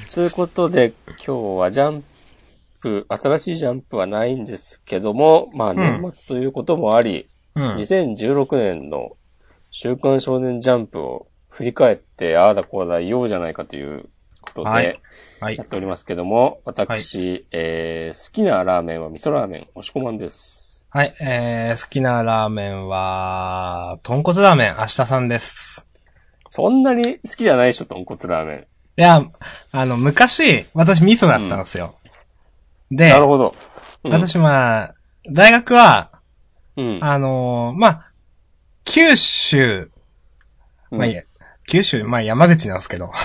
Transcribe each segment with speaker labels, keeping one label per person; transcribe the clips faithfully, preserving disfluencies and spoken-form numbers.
Speaker 1: つうことで、今日はジャンプ、新しいジャンプはないんですけども、まあ年末ということもあり、うん、にせんじゅうろくねんの週刊少年ジャンプを振り返って、ああだこうだ言おうじゃないかということで、はいはい、やっておりますけども、私、はい、えー、好きなラーメンは味噌ラーメン、おしこまんです。
Speaker 2: はい、えー、好きなラーメンは、豚骨ラーメン、明日さんです。
Speaker 1: そんなに好きじゃないでしょ、豚骨ラーメン。
Speaker 2: いや、あの、昔、私味噌だったんですよ。うん、で、
Speaker 1: なるほど。
Speaker 2: うん、私まあ、大学は、
Speaker 1: うん、
Speaker 2: あのー、まあ、九州、まあいいや、うん、九州、まあ山口なんですけど、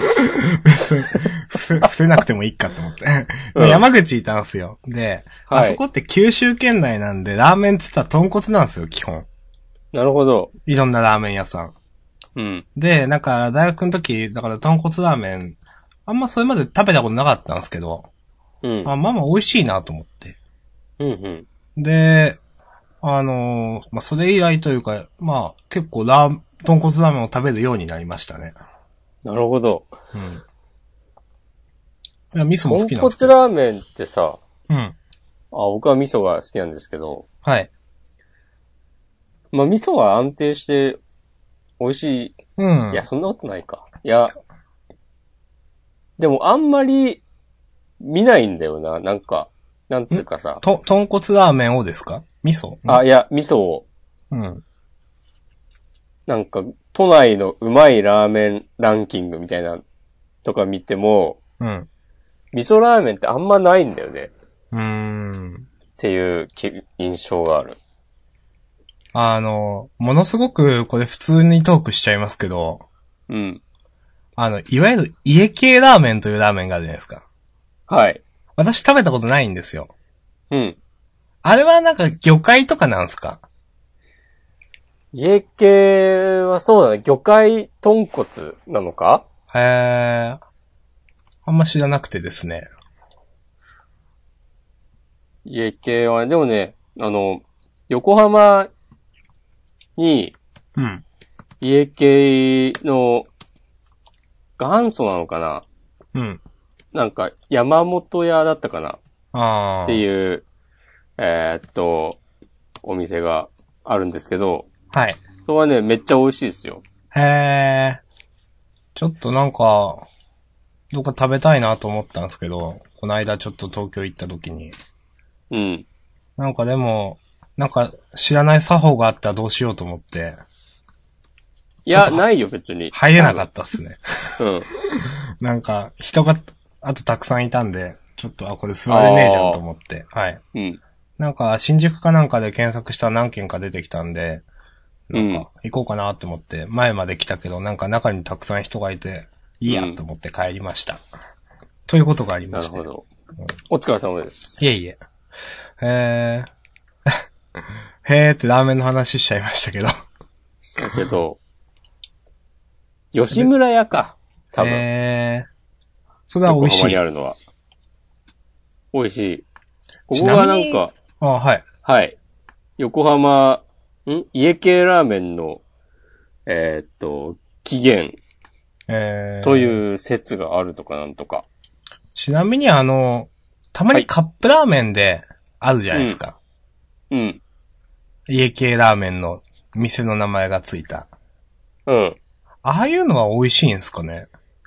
Speaker 2: 伏せ、伏せなくてもいいかと思って。うん、山口いたんですよ。で、はい、あそこって九州県内なんで、ラーメンって言ったら豚骨なんですよ、基本。
Speaker 1: なるほど。
Speaker 2: いろんなラーメン屋さん。
Speaker 1: うん。
Speaker 2: で、なんか、大学の時、だから豚骨ラーメン、あんまそれまで食べたことなかったんですけど、
Speaker 1: うん。
Speaker 2: あ、まあまあ美味しいなと思って。
Speaker 1: うんうん。
Speaker 2: で、あのー、まあそれ以来というか、まあ結構ラー、豚骨ラーメンを食べるようになりましたね。
Speaker 1: なるほど。
Speaker 2: うん。いや、味噌も好きなんですけ
Speaker 1: ど。豚骨ラーメンってさ、
Speaker 2: うん。あ、
Speaker 1: 僕は味噌が好きなんですけど、
Speaker 2: はい。
Speaker 1: まあ味噌は安定して美味しい。
Speaker 2: うん。
Speaker 1: いや、そんなことないか。いや、でもあんまり見ないんだよな。なんか、なんつうかさ。
Speaker 2: と、豚骨ラーメンをですか？味噌？
Speaker 1: あ、いや、味噌を。
Speaker 2: うん。
Speaker 1: なんか、都内のうまいラーメンランキングみたいなとか見ても、
Speaker 2: うん。
Speaker 1: 味噌ラーメンってあんまないんだよね。
Speaker 2: うーん。
Speaker 1: っていう印象がある。
Speaker 2: あの、ものすごくこれ普通にトークしちゃいますけど、
Speaker 1: うん。
Speaker 2: あの、いわゆる家系ラーメンというラーメンがあるじゃないですか。
Speaker 1: はい。
Speaker 2: 私食べたことないんですよ。
Speaker 1: うん。
Speaker 2: あれはなんか魚介とかなんですか？
Speaker 1: 家系はそうだね。魚介豚骨なのか？
Speaker 2: へー。あんま知らなくてですね。
Speaker 1: 家系は、でもね、あの、横浜に、
Speaker 2: うん。
Speaker 1: 家系の元祖なのかな？
Speaker 2: うん。
Speaker 1: なんか、山本屋だったかな？
Speaker 2: あー。
Speaker 1: っていう、えー、っと、お店があるんですけど、
Speaker 2: はい。
Speaker 1: それはね、めっちゃ美味しいですよ。
Speaker 2: へー。ちょっとなんか、どっか食べたいなと思ったんですけど、この間ちょっと東京行った時に。
Speaker 1: うん。
Speaker 2: なんかでも、なんか知らない作法があったらどうしようと思って。
Speaker 1: いや、ないよ別に。
Speaker 2: 入れなかったっすね。
Speaker 1: うん。
Speaker 2: なんか、人が、あとたくさんいたんで、ちょっと、あ、これ座れねえじゃんと思って。はい。
Speaker 1: うん。
Speaker 2: なんか、新宿かなんかで検索したら何件か出てきたんで、なんか、行こうかなって思って、前まで来たけど、なんか中にたくさん人がいて、いいやと思って帰りました。うん、ということがありまして。
Speaker 1: なるほど。うん、お疲れ様です。
Speaker 2: いえいえ。へー。へーってラーメンの話しちゃいましたけど。
Speaker 1: だけど、吉村屋か。多分。
Speaker 2: へー。それは美味しい。
Speaker 1: 横浜にあるのは。美味しい。ここはなんか、
Speaker 2: あ、はい。
Speaker 1: はい。横浜、ん家系ラーメンの、えー、っと、起源。
Speaker 2: えー、
Speaker 1: という説があるとかなんとか。
Speaker 2: ちなみにあの、たまにカップラーメンであるじゃないですか。
Speaker 1: うん。うん、
Speaker 2: 家系ラーメンの店の名前がついた。
Speaker 1: うん。
Speaker 2: ああいうのは美味しいんですかね？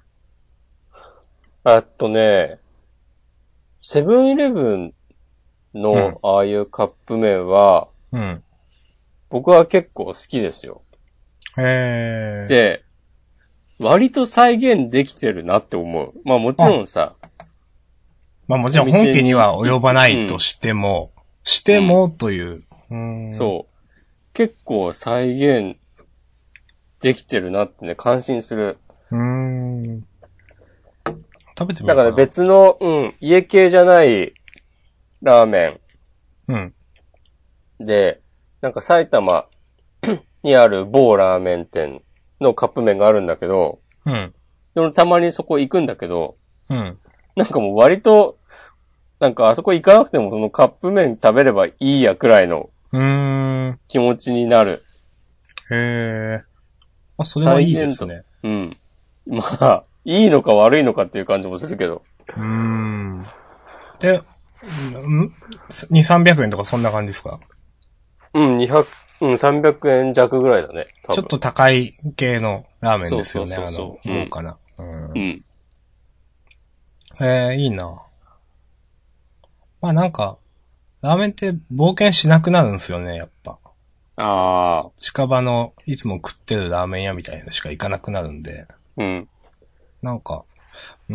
Speaker 1: えっとね、セブンイレブンのああいうカップ麺は、
Speaker 2: うん。
Speaker 1: 僕は結構好きですよ。
Speaker 2: へー。
Speaker 1: で、割と再現できてるなって思う。まあもちろんさ。
Speaker 2: まあもちろん本家には及ばないとしても、うん、してもという、
Speaker 1: うん、うーん。そう。結構再現できてるなってね、感心する。
Speaker 2: うーん。食べてみようかな。
Speaker 1: だから別の、うん、家系じゃないラーメ
Speaker 2: ン。うん。
Speaker 1: で、なんか埼玉にある某ラーメン店のカップ麺があるんだけど、
Speaker 2: うん。
Speaker 1: でもたまにそこ行くんだけど、
Speaker 2: うん。
Speaker 1: なんかもう割と、なんかあそこ行かなくてもそのカップ麺食べればいいやくらいの、
Speaker 2: うーん。
Speaker 1: 気持ちになる。
Speaker 2: へー。あ、それはいいですね。
Speaker 1: うん。まあ、 いいのか悪いのかっていう感じもするけど。
Speaker 2: うーん。で、んに、さんびゃくえんとかそんな感じですか？
Speaker 1: うん、にひゃく、うん、さんびゃくえん弱ぐらいだね。
Speaker 2: ちょっと高い系のラーメンですよね、
Speaker 1: そうそうそうそう
Speaker 2: あの、豪華な。うん。
Speaker 1: うん。
Speaker 2: えー、いいな。まあなんか、ラーメンって冒険しなくなるんですよね、やっぱ。
Speaker 1: ああ。
Speaker 2: 近場のいつも食ってるラーメン屋みたいなのしか行かなくなるんで。
Speaker 1: うん。
Speaker 2: なんか、うん、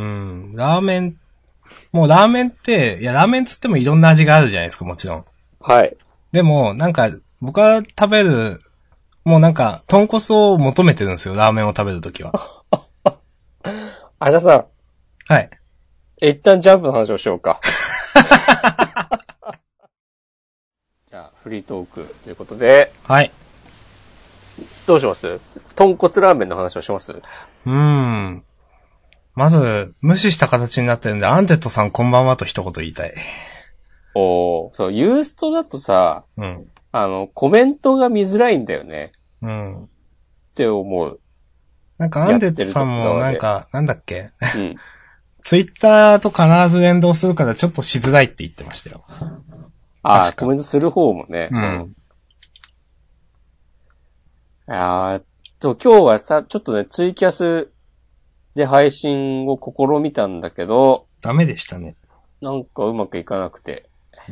Speaker 2: ラーメン、もうラーメンって、いやラーメンつってもいろんな味があるじゃないですか、もちろん。
Speaker 1: はい。
Speaker 2: でも、なんか、僕が食べる、もうなんか、豚骨を求めてるんですよ、ラーメンを食べるときは。
Speaker 1: あ、じゃあさ、
Speaker 2: はい。
Speaker 1: 一旦ジャンプの話をしようか。じゃあ、フリートークということで。
Speaker 2: はい。
Speaker 1: どうします？豚骨ラーメンの話をします？
Speaker 2: うーん。まず、無視した形になってるんで、アンテッドさんこんばんはと一言言いたい。
Speaker 1: おー、そう、ユーストだとさ、
Speaker 2: うん。
Speaker 1: あの、コメントが見づらいんだよね。
Speaker 2: うん。
Speaker 1: って思う。
Speaker 2: なんかアンテッドさんもなんか、なんだっけ
Speaker 1: うん。
Speaker 2: ツイッターと必ず連動するからちょっとしづらいって言ってましたよ。
Speaker 1: ああ、コメントする方もね。
Speaker 2: うん。
Speaker 1: あーと、今日はさ、ちょっとね、ツイキャスで配信を試みたんだけど、
Speaker 2: ダメでしたね。
Speaker 1: なんかうまくいかなくて。
Speaker 2: うん、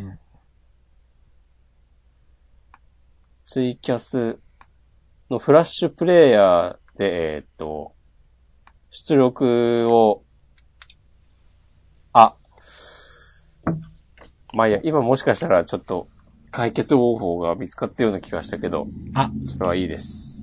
Speaker 1: ツイキャスのフラッシュプレイヤーで、えー、っと、出力を、あ、まあいいや、今もしかしたらちょっと解決方法が見つかったような気がしたけど、
Speaker 2: あ、
Speaker 1: それはいいです。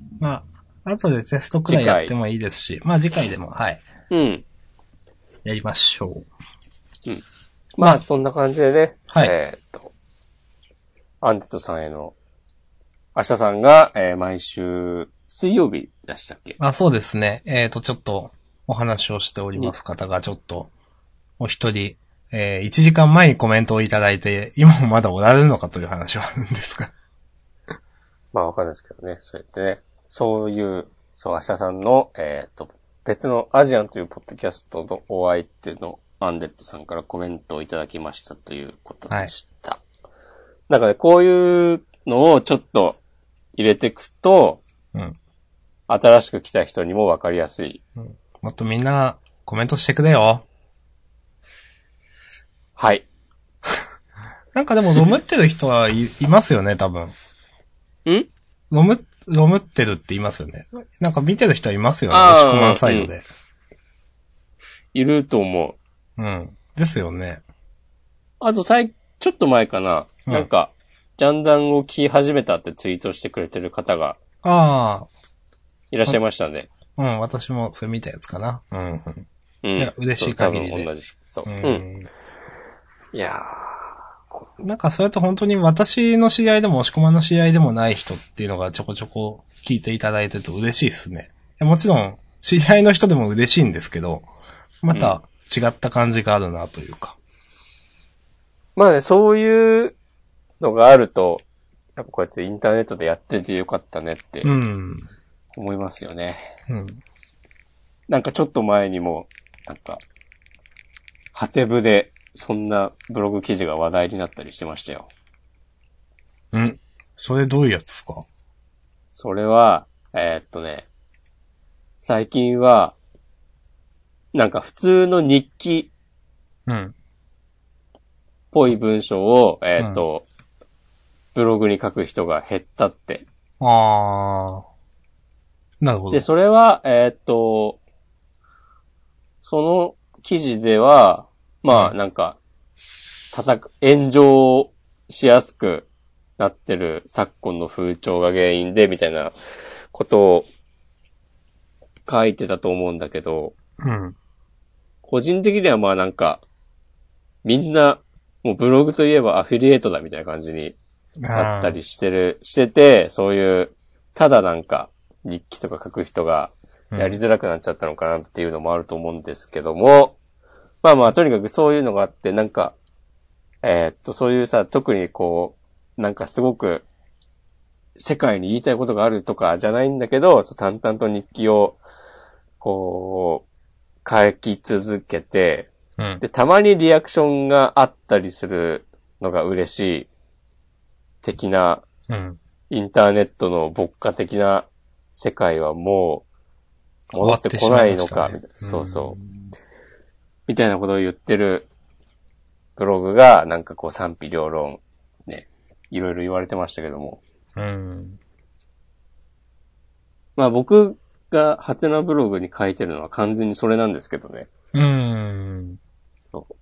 Speaker 2: まあ、後でテストくらいやってもいいですし、まあ次回でも、はい。
Speaker 1: うん。
Speaker 2: やりましょう。
Speaker 1: うん。まあ、まあ、そんな感じでね、
Speaker 2: はい。
Speaker 1: えー、っと、アンテッドさんへの、明日さんが、えー、毎週水曜日でしたっけ？
Speaker 2: あ、そうですね。えっと、ちょっとお話をしております方がちょっと、お一人、えー、いちじかんまえにコメントをいただいて、今もまだおられるのかという話はあるんですが。
Speaker 1: まあわかんないですけどね。そうやってね。そういう、そう、明日さんの、えっと、別のアジアンというポッドキャストのお相手のアンデッドさんからコメントをいただきましたということでした。はい、なんかね、こういうのをちょっと入れていくと、うん、新しく来た人にもわかりやすい、
Speaker 2: うん。もっとみんなコメントしてくれよ。
Speaker 1: はい。
Speaker 2: なんかでもロムってる人はい、いますよね、多分。
Speaker 1: ん
Speaker 2: ロム、ロムってるって言いますよね。なんか見てる人はいますよね、押し込まんサイドで、うん。
Speaker 1: いると思
Speaker 2: う。うん。ですよね。
Speaker 1: あと、さい、ちょっと前かな。うん、なんか、ジャンダンを聞き始めたってツイートしてくれてる方が。ああ。いらっしゃいましたね。
Speaker 2: うん、私もそれ見たやつかな。うん、うん。うん。いや、嬉しい限りで。
Speaker 1: 多分同じ。そう。うん。うん、いや
Speaker 2: ー。なんかそれと本当に私の知り合いでも押し込まの知り合いでもない人っていうのがちょこちょこ聞いていただいてると嬉しいですね。もちろん、知り合いの人でも嬉しいんですけど、また違った感じがあるなというか。
Speaker 1: うん、まあね、そういうのがあると、やっぱこうやってインターネットでやっててよかったねって思いますよね。うん。うん、なんかちょっと前にも、なんか、ハテブでそんなブログ記事が話題になったりしてましたよ。
Speaker 2: ん？それどういうやつですか？
Speaker 1: それは、えー、っとね、最近は、なんか普通の日記、うん。ぽい文章を、えー、っと、うん、ブログに書く人が減ったって。あ
Speaker 2: ー。なるほど。
Speaker 1: で、それは、えー、っと、その記事では、まあ、なんか、叩く、炎上しやすくなってる昨今の風潮が原因で、みたいなことを書いてたと思うんだけど、うん。個人的にはまあなんか、みんな、もうブログといえばアフィリエイトだみたいな感じになったりしてる、してて、そういう、ただなんか、日記とか書く人がやりづらくなっちゃったのかなっていうのもあると思うんですけども、まあまあとにかくそういうのがあって、なんか、えー、っと、そういうさ、特にこう、なんかすごく、世界に言いたいことがあるとかじゃないんだけど、そう淡々と日記を、こ書き続けて、
Speaker 2: うん、
Speaker 1: で、たまにリアクションがあったりするのが嬉しい的な、
Speaker 2: うん、
Speaker 1: インターネットの牧歌的な世界はもう戻ってこないのか、みたいな。そうそう。みたいなことを言ってるブログがなんかこう賛否両論ね、いろいろ言われてましたけども。
Speaker 2: うん、
Speaker 1: まあ僕がハテナブログに書いてるのは完全にそれなんですけどね。
Speaker 2: うん。
Speaker 1: そう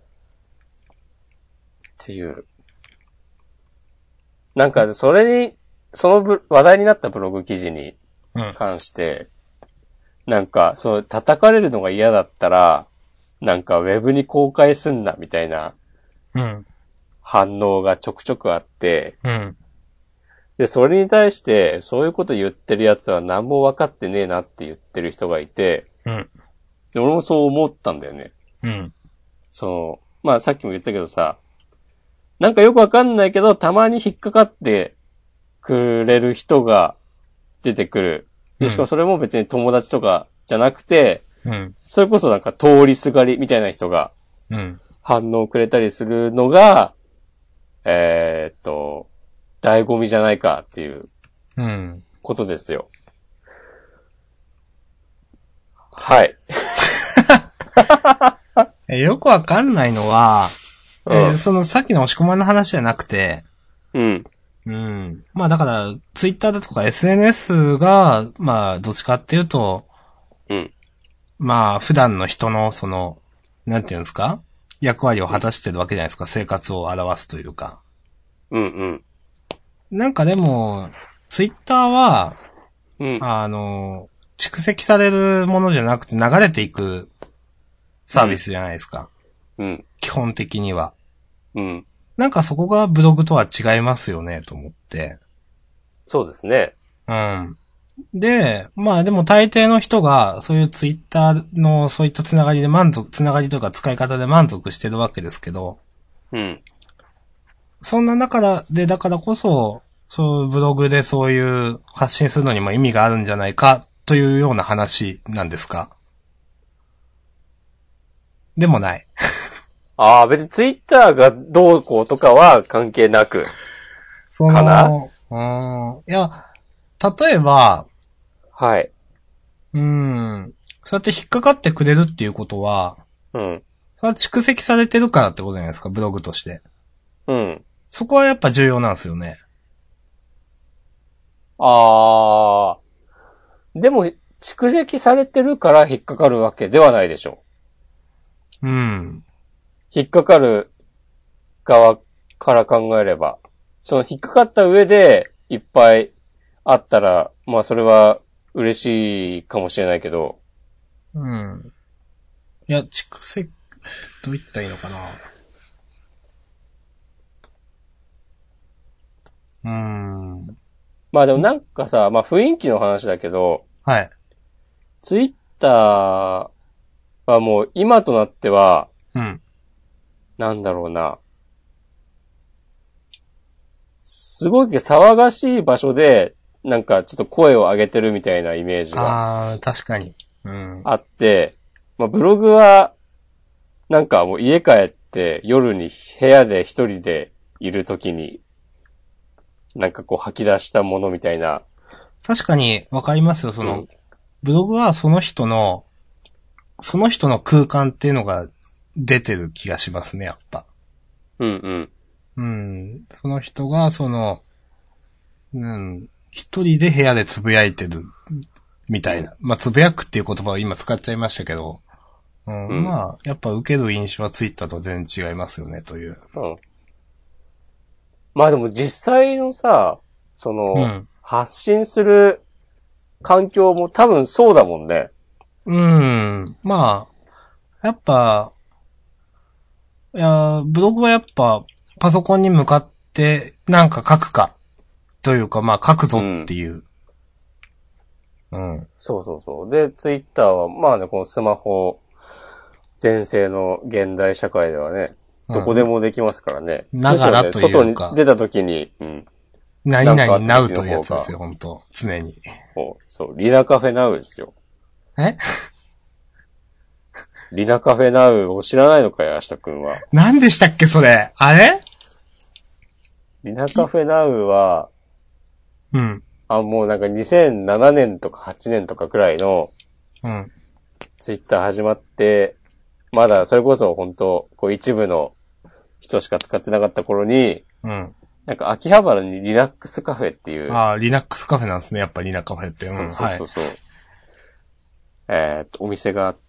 Speaker 1: っていう。なんかそれに、そのブ話題になったブログ記事に関して、うん、なんかそう叩かれるのが嫌だったら、なんかウェブに公開すんなみたいな反応がちょくちょくあって、
Speaker 2: うん、
Speaker 1: で、それに対して、そういうこと言ってるやつは何も分かってねえなって言ってる人がいて、
Speaker 2: うん、
Speaker 1: で俺もそう思ったんだよね。
Speaker 2: うん、
Speaker 1: その、まあさっきも言ったけどさ、なんかよくわかんないけど、たまに引っかかってくれる人が出てくる。で、しかもそれも別に友達とかじゃなくて、
Speaker 2: うん、
Speaker 1: それこそなんか通りすがりみたいな人が反応くれたりするのが、うん、えー、っと、醍醐味じゃないかっていうことですよ。うん、はい。
Speaker 2: よくわかんないのは、
Speaker 1: うん、
Speaker 2: えー、そのさっきの押し込まんの話じゃなくて、
Speaker 1: うん。
Speaker 2: うん。まあだから、ツイッターだとか エスエヌエス が、まあどっちかっていうと、
Speaker 1: うん。
Speaker 2: まあ普段の人のその、なんていうんですか？役割を果たしてるわけじゃないですか。生活を表すというか。
Speaker 1: うんうん。
Speaker 2: なんかでも、ツイッターは、
Speaker 1: うん、
Speaker 2: あの、蓄積されるものじゃなくて流れていくサービスじゃないですか。
Speaker 1: うん。
Speaker 2: 基本的には。
Speaker 1: うん。
Speaker 2: なんかそこがブログとは違いますよね、と思って。
Speaker 1: そうですね。
Speaker 2: うん。で、まあでも大抵の人が、そういうツイッターのそういったつながりで満足、つながりとか使い方で満足してるわけですけど、
Speaker 1: うん。
Speaker 2: そんな中で、だからこそ、そういうブログでそういう発信するのにも意味があるんじゃないか、というような話なんですか？でもない。
Speaker 1: ああ、別にツイッターがどうこうとかは関係なく。
Speaker 2: その、かな？うん。いや、例えば、
Speaker 1: はい。
Speaker 2: うん。そうやって引っかかってくれるっていうことは、
Speaker 1: うん。
Speaker 2: それは蓄積されてるからってことじゃないですか、ブログとして。
Speaker 1: うん。
Speaker 2: そこはやっぱ重要なんですよね。
Speaker 1: ああ。でも、蓄積されてるから引っかかるわけではないでしょ
Speaker 2: う。うん。
Speaker 1: 引っかかる側から考えれば。その引っかかった上でいっぱいあったら、まあそれは嬉しいかもしれないけど。
Speaker 2: うん。いや、蓄積、どう言ったらいいのかな。うーん。
Speaker 1: まあでもなんかさ、まあ雰囲気の話だけど、
Speaker 2: はい。
Speaker 1: ツイッターはもう今となっては、
Speaker 2: うん。
Speaker 1: なんだろうな。すごい騒がしい場所で、なんかちょっと声を上げてるみたいなイメージが。
Speaker 2: ああ、確かに。うん。
Speaker 1: あって、まあブログは、なんかもう家帰って夜に部屋で一人でいるときに、なんかこう吐き出したものみたいな。
Speaker 2: 確かにわかりますよ。その、うん、ブログはその人の、その人の空間っていうのが出てる気がしますね、やっぱ。
Speaker 1: うんうん。
Speaker 2: うん。その人が、その、うん、一人で部屋でつぶやいてる、みたいな。うん、まあ、つぶやくっていう言葉を今使っちゃいましたけど、うん、うん、まあ、やっぱ受ける印象はツイッターと全然違いますよね、という。
Speaker 1: うん。まあでも実際のさ、その、うん、発信する環境も多分そうだもんね。
Speaker 2: うん。まあ、やっぱ、いや、ブログはやっぱ、パソコンに向かってなんか書くか、というか、まあ書くぞっていう。うん。うん、
Speaker 1: そうそうそう。で、ツイッターは、まあね、このスマホ全盛の現代社会ではね、どこでもできますからね。
Speaker 2: ながらというか。
Speaker 1: 外に出た時に、うん。
Speaker 2: 何々ナウというやつですよ、本当常に。
Speaker 1: そう、リナカフェナウですよ。
Speaker 2: え
Speaker 1: リナカフェナウを知らないのかよ、明日くんは。
Speaker 2: 何でしたっけ、それ。あれ
Speaker 1: リナカフェナウは、
Speaker 2: うん。
Speaker 1: あ、もうなんかにせんななねんとかはちねんとかくらいの、
Speaker 2: うん。
Speaker 1: ツイッター始まって、まだそれこそ本当こう一部の人しか使ってなかった頃に、
Speaker 2: うん。
Speaker 1: なんか秋葉原にリナックスカフェっていう。
Speaker 2: ああ、リナックスカフェなんですね、やっぱリナカフェって。
Speaker 1: そうそうそうそう。はい、えー、っと、お店があって、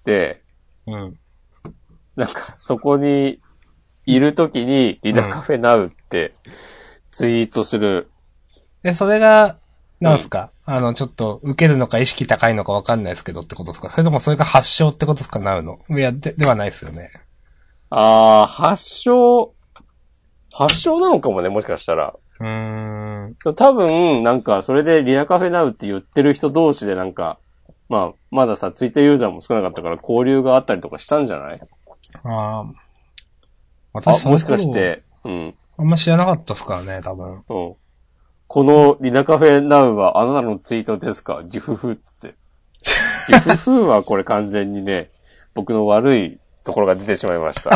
Speaker 2: うん。
Speaker 1: なんかそこにいるときにリナカフェナウってツイートする。
Speaker 2: うん、え、それが、なんすか、うん、あの、ちょっと、受けるのか意識高いのかわかんないですけどってことですか？それともそれが発祥ってことですか？なうの。いや、で、ではないですよね。
Speaker 1: あー、発祥、発祥なのかもね、もしかしたら。
Speaker 2: うーん。
Speaker 1: 多分、なんか、それでリアカフェナウって言ってる人同士でなんか、まあ、まださ、ツイッターユーザーも少なかったから交流があったりとかしたんじゃない？
Speaker 2: ああ。私
Speaker 1: あ、もしかして、うん。
Speaker 2: あんま知らなかったっすからね、多分。
Speaker 1: うん。このリナカフェナウはあなたのツイートですか？ジフフって。ジフフはこれ完全にね、僕の悪いところが出てしまいました。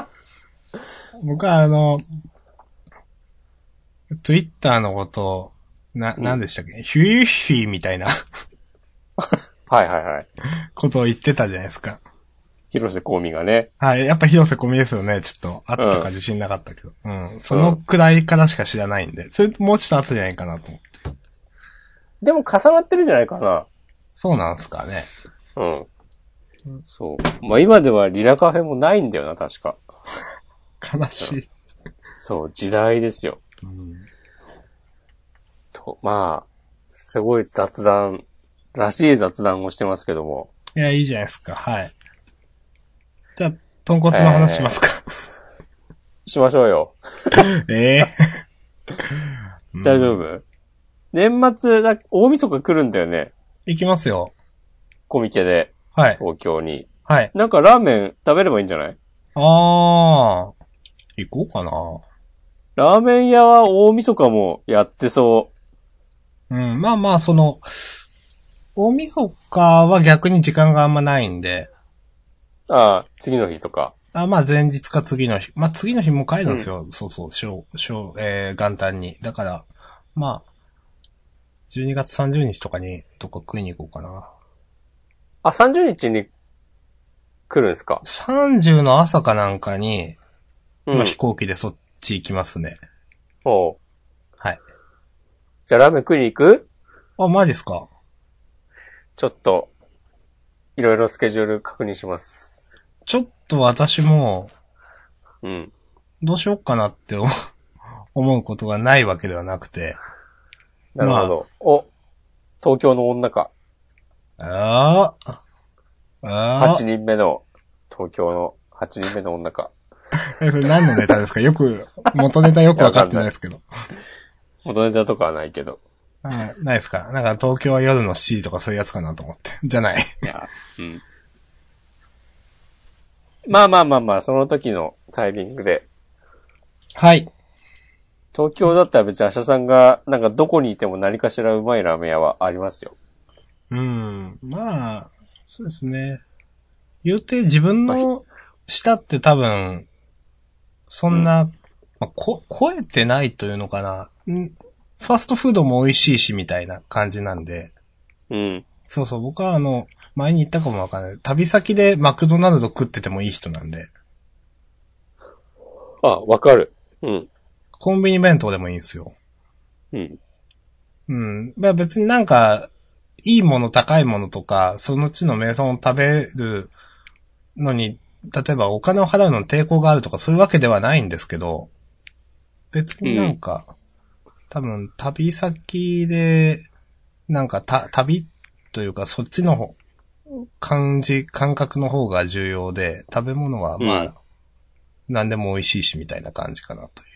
Speaker 2: 僕はあの、ツイッターのことを、な、うん、なんでしたっけ？ヒューフィーみたいな。
Speaker 1: はいはいはい。
Speaker 2: ことを言ってたじゃないですか。
Speaker 1: 広瀬香美がね。
Speaker 2: はい、やっぱ広瀬香美ですよね。ちょっと、あったか自信なかったけど。うん。うん、そのくらいからしか知らないんで。それもうちょっと後じゃないかなと思って。
Speaker 1: でも重なってるんじゃないかな。
Speaker 2: そうなんすかね。
Speaker 1: うん。うん、そう。まあ今ではリナカフェもないんだよな、確か。
Speaker 2: 悲しい、うん。
Speaker 1: そう、時代ですよ。うん、と、まあ、すごい雑談、らしい雑談をしてますけども。
Speaker 2: いや、いいじゃないですか。はい。じゃあ、豚骨の話しますか。
Speaker 1: えー、しましょうよ。
Speaker 2: ええ
Speaker 1: ー、大丈夫、うん、年末だ、大晦日来るんだよね。
Speaker 2: 行きますよ。
Speaker 1: コミケで。
Speaker 2: はい。
Speaker 1: 東京に。
Speaker 2: はい。
Speaker 1: なんかラーメン食べればいいんじゃない？
Speaker 2: あー。行こうかな。
Speaker 1: ラーメン屋は大晦日もやってそう。
Speaker 2: うん、まあまあ、その、大晦日は逆に時間があんまないんで。
Speaker 1: ああ、次の日とか。
Speaker 2: あ、まあ前日か次の日。まあ次の日も帰るんですよ。うん、そうそう、しょう、しょう、えー、元旦に。だから、まあ、じゅうにがつさんじゅうにちとかにどっか食いに行こうかな。
Speaker 1: あ、さんじゅうにちに来るんですか？
Speaker 2: さんじゅう の朝かなんかに、
Speaker 1: うん、
Speaker 2: まあ飛行機でそっち行きますね。
Speaker 1: おう。
Speaker 2: はい。
Speaker 1: じゃあラーメン食いに行く？
Speaker 2: あ、マジっすか？
Speaker 1: ちょっと、いろいろスケジュール確認します。
Speaker 2: ちょっと私も、
Speaker 1: うん。
Speaker 2: どうしようかなって思うことがないわけではなくて。
Speaker 1: なるほど。まあ、お、東京の女か。
Speaker 2: ああ。ああ。
Speaker 1: はちにんめの、東京のはちにんめの女か。
Speaker 2: え、それ何のネタですか？よく、元ネタよくわかってないですけど。
Speaker 1: 元ネタとかはないけど。
Speaker 2: はい、ないですか？なんか東京は夜のしちじとかそういうやつかなと思って。じゃない。
Speaker 1: いや、うん。まあまあまあまあ、その時のタイミングで。
Speaker 2: はい。
Speaker 1: 東京だったら別にアシャさんが、なんかどこにいても何かしらうまいラーメン屋はありますよ。
Speaker 2: うん。まあ、そうですね。言うて自分の舌って多分、そんな、うん、まあ、こ、超えてないというのかな。んファストフードも美味しいしみたいな感じなんで。
Speaker 1: うん。
Speaker 2: そうそう、僕はあの、前に言ったかもわかんない。旅先でマクドナルド食っててもいい人なんで。
Speaker 1: あ、わかる。うん。
Speaker 2: コンビニ弁当でもいいんですよ。
Speaker 1: うん。
Speaker 2: うん。まあ別になんか、いいもの高いものとか、その地の名産を食べるのに、例えばお金を払うのに抵抗があるとかそういうわけではないんですけど、別になんか、うん、多分旅先で、なんかた、旅というかそっちの感じ、感覚の方が重要で、食べ物はまあ、うん、何でも美味しいしみたいな感じかなという。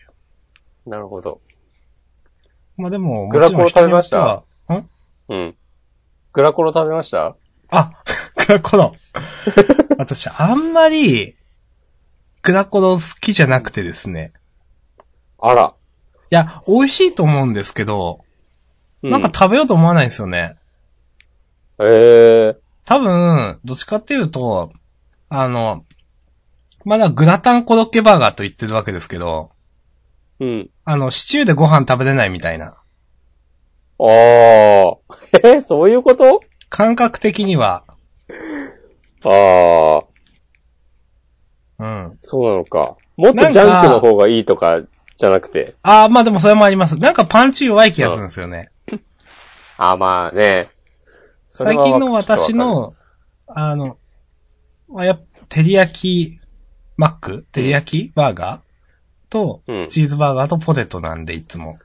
Speaker 1: なるほど。
Speaker 2: まあでも、
Speaker 1: グラコロ食べました？
Speaker 2: ん？
Speaker 1: うん。グラコロ食べました？
Speaker 2: あ、グラコロ。私、あんまり、グラコロ好きじゃなくてですね。
Speaker 1: あら。
Speaker 2: いや、美味しいと思うんですけど、うん、なんか食べようと思わないんですよね。
Speaker 1: へえ。
Speaker 2: 多分、どっちかっていうと、 あの、まだグラタンコロッケバーガーと言ってるわけですけど、
Speaker 1: うん。
Speaker 2: あの、シチューでご飯食べれないみたいな。
Speaker 1: ああ。え、そういうこと？
Speaker 2: 感覚的には。
Speaker 1: ああ。
Speaker 2: うん。
Speaker 1: そうなのか。もっとジャンクの方がいいとかじゃなくて。
Speaker 2: ああ、まあでもそれもあります。なんかパンチ弱い気がするんですよね。
Speaker 1: うん、ああ、まあね。
Speaker 2: 最近の私の、あの、やっぱ、照り焼き、マック照り焼きバーガーと、うん、チーズバーガーとポテトなんで、いつも。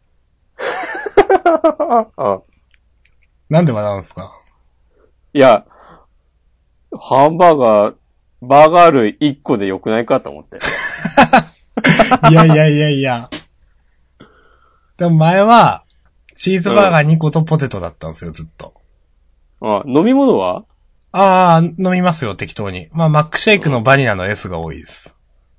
Speaker 2: あなんで笑うんですか？
Speaker 1: いや、ハンバーガー、バーガー類いっこで良くないかと思って。
Speaker 2: いやいやいやいや。でも前は、チーズバーガーにことポテトだったんですよ、ずっと。
Speaker 1: あ、飲み物は？
Speaker 2: ああ、飲みますよ、適当に。まあ、マックシェイクのバニラの S が多いです。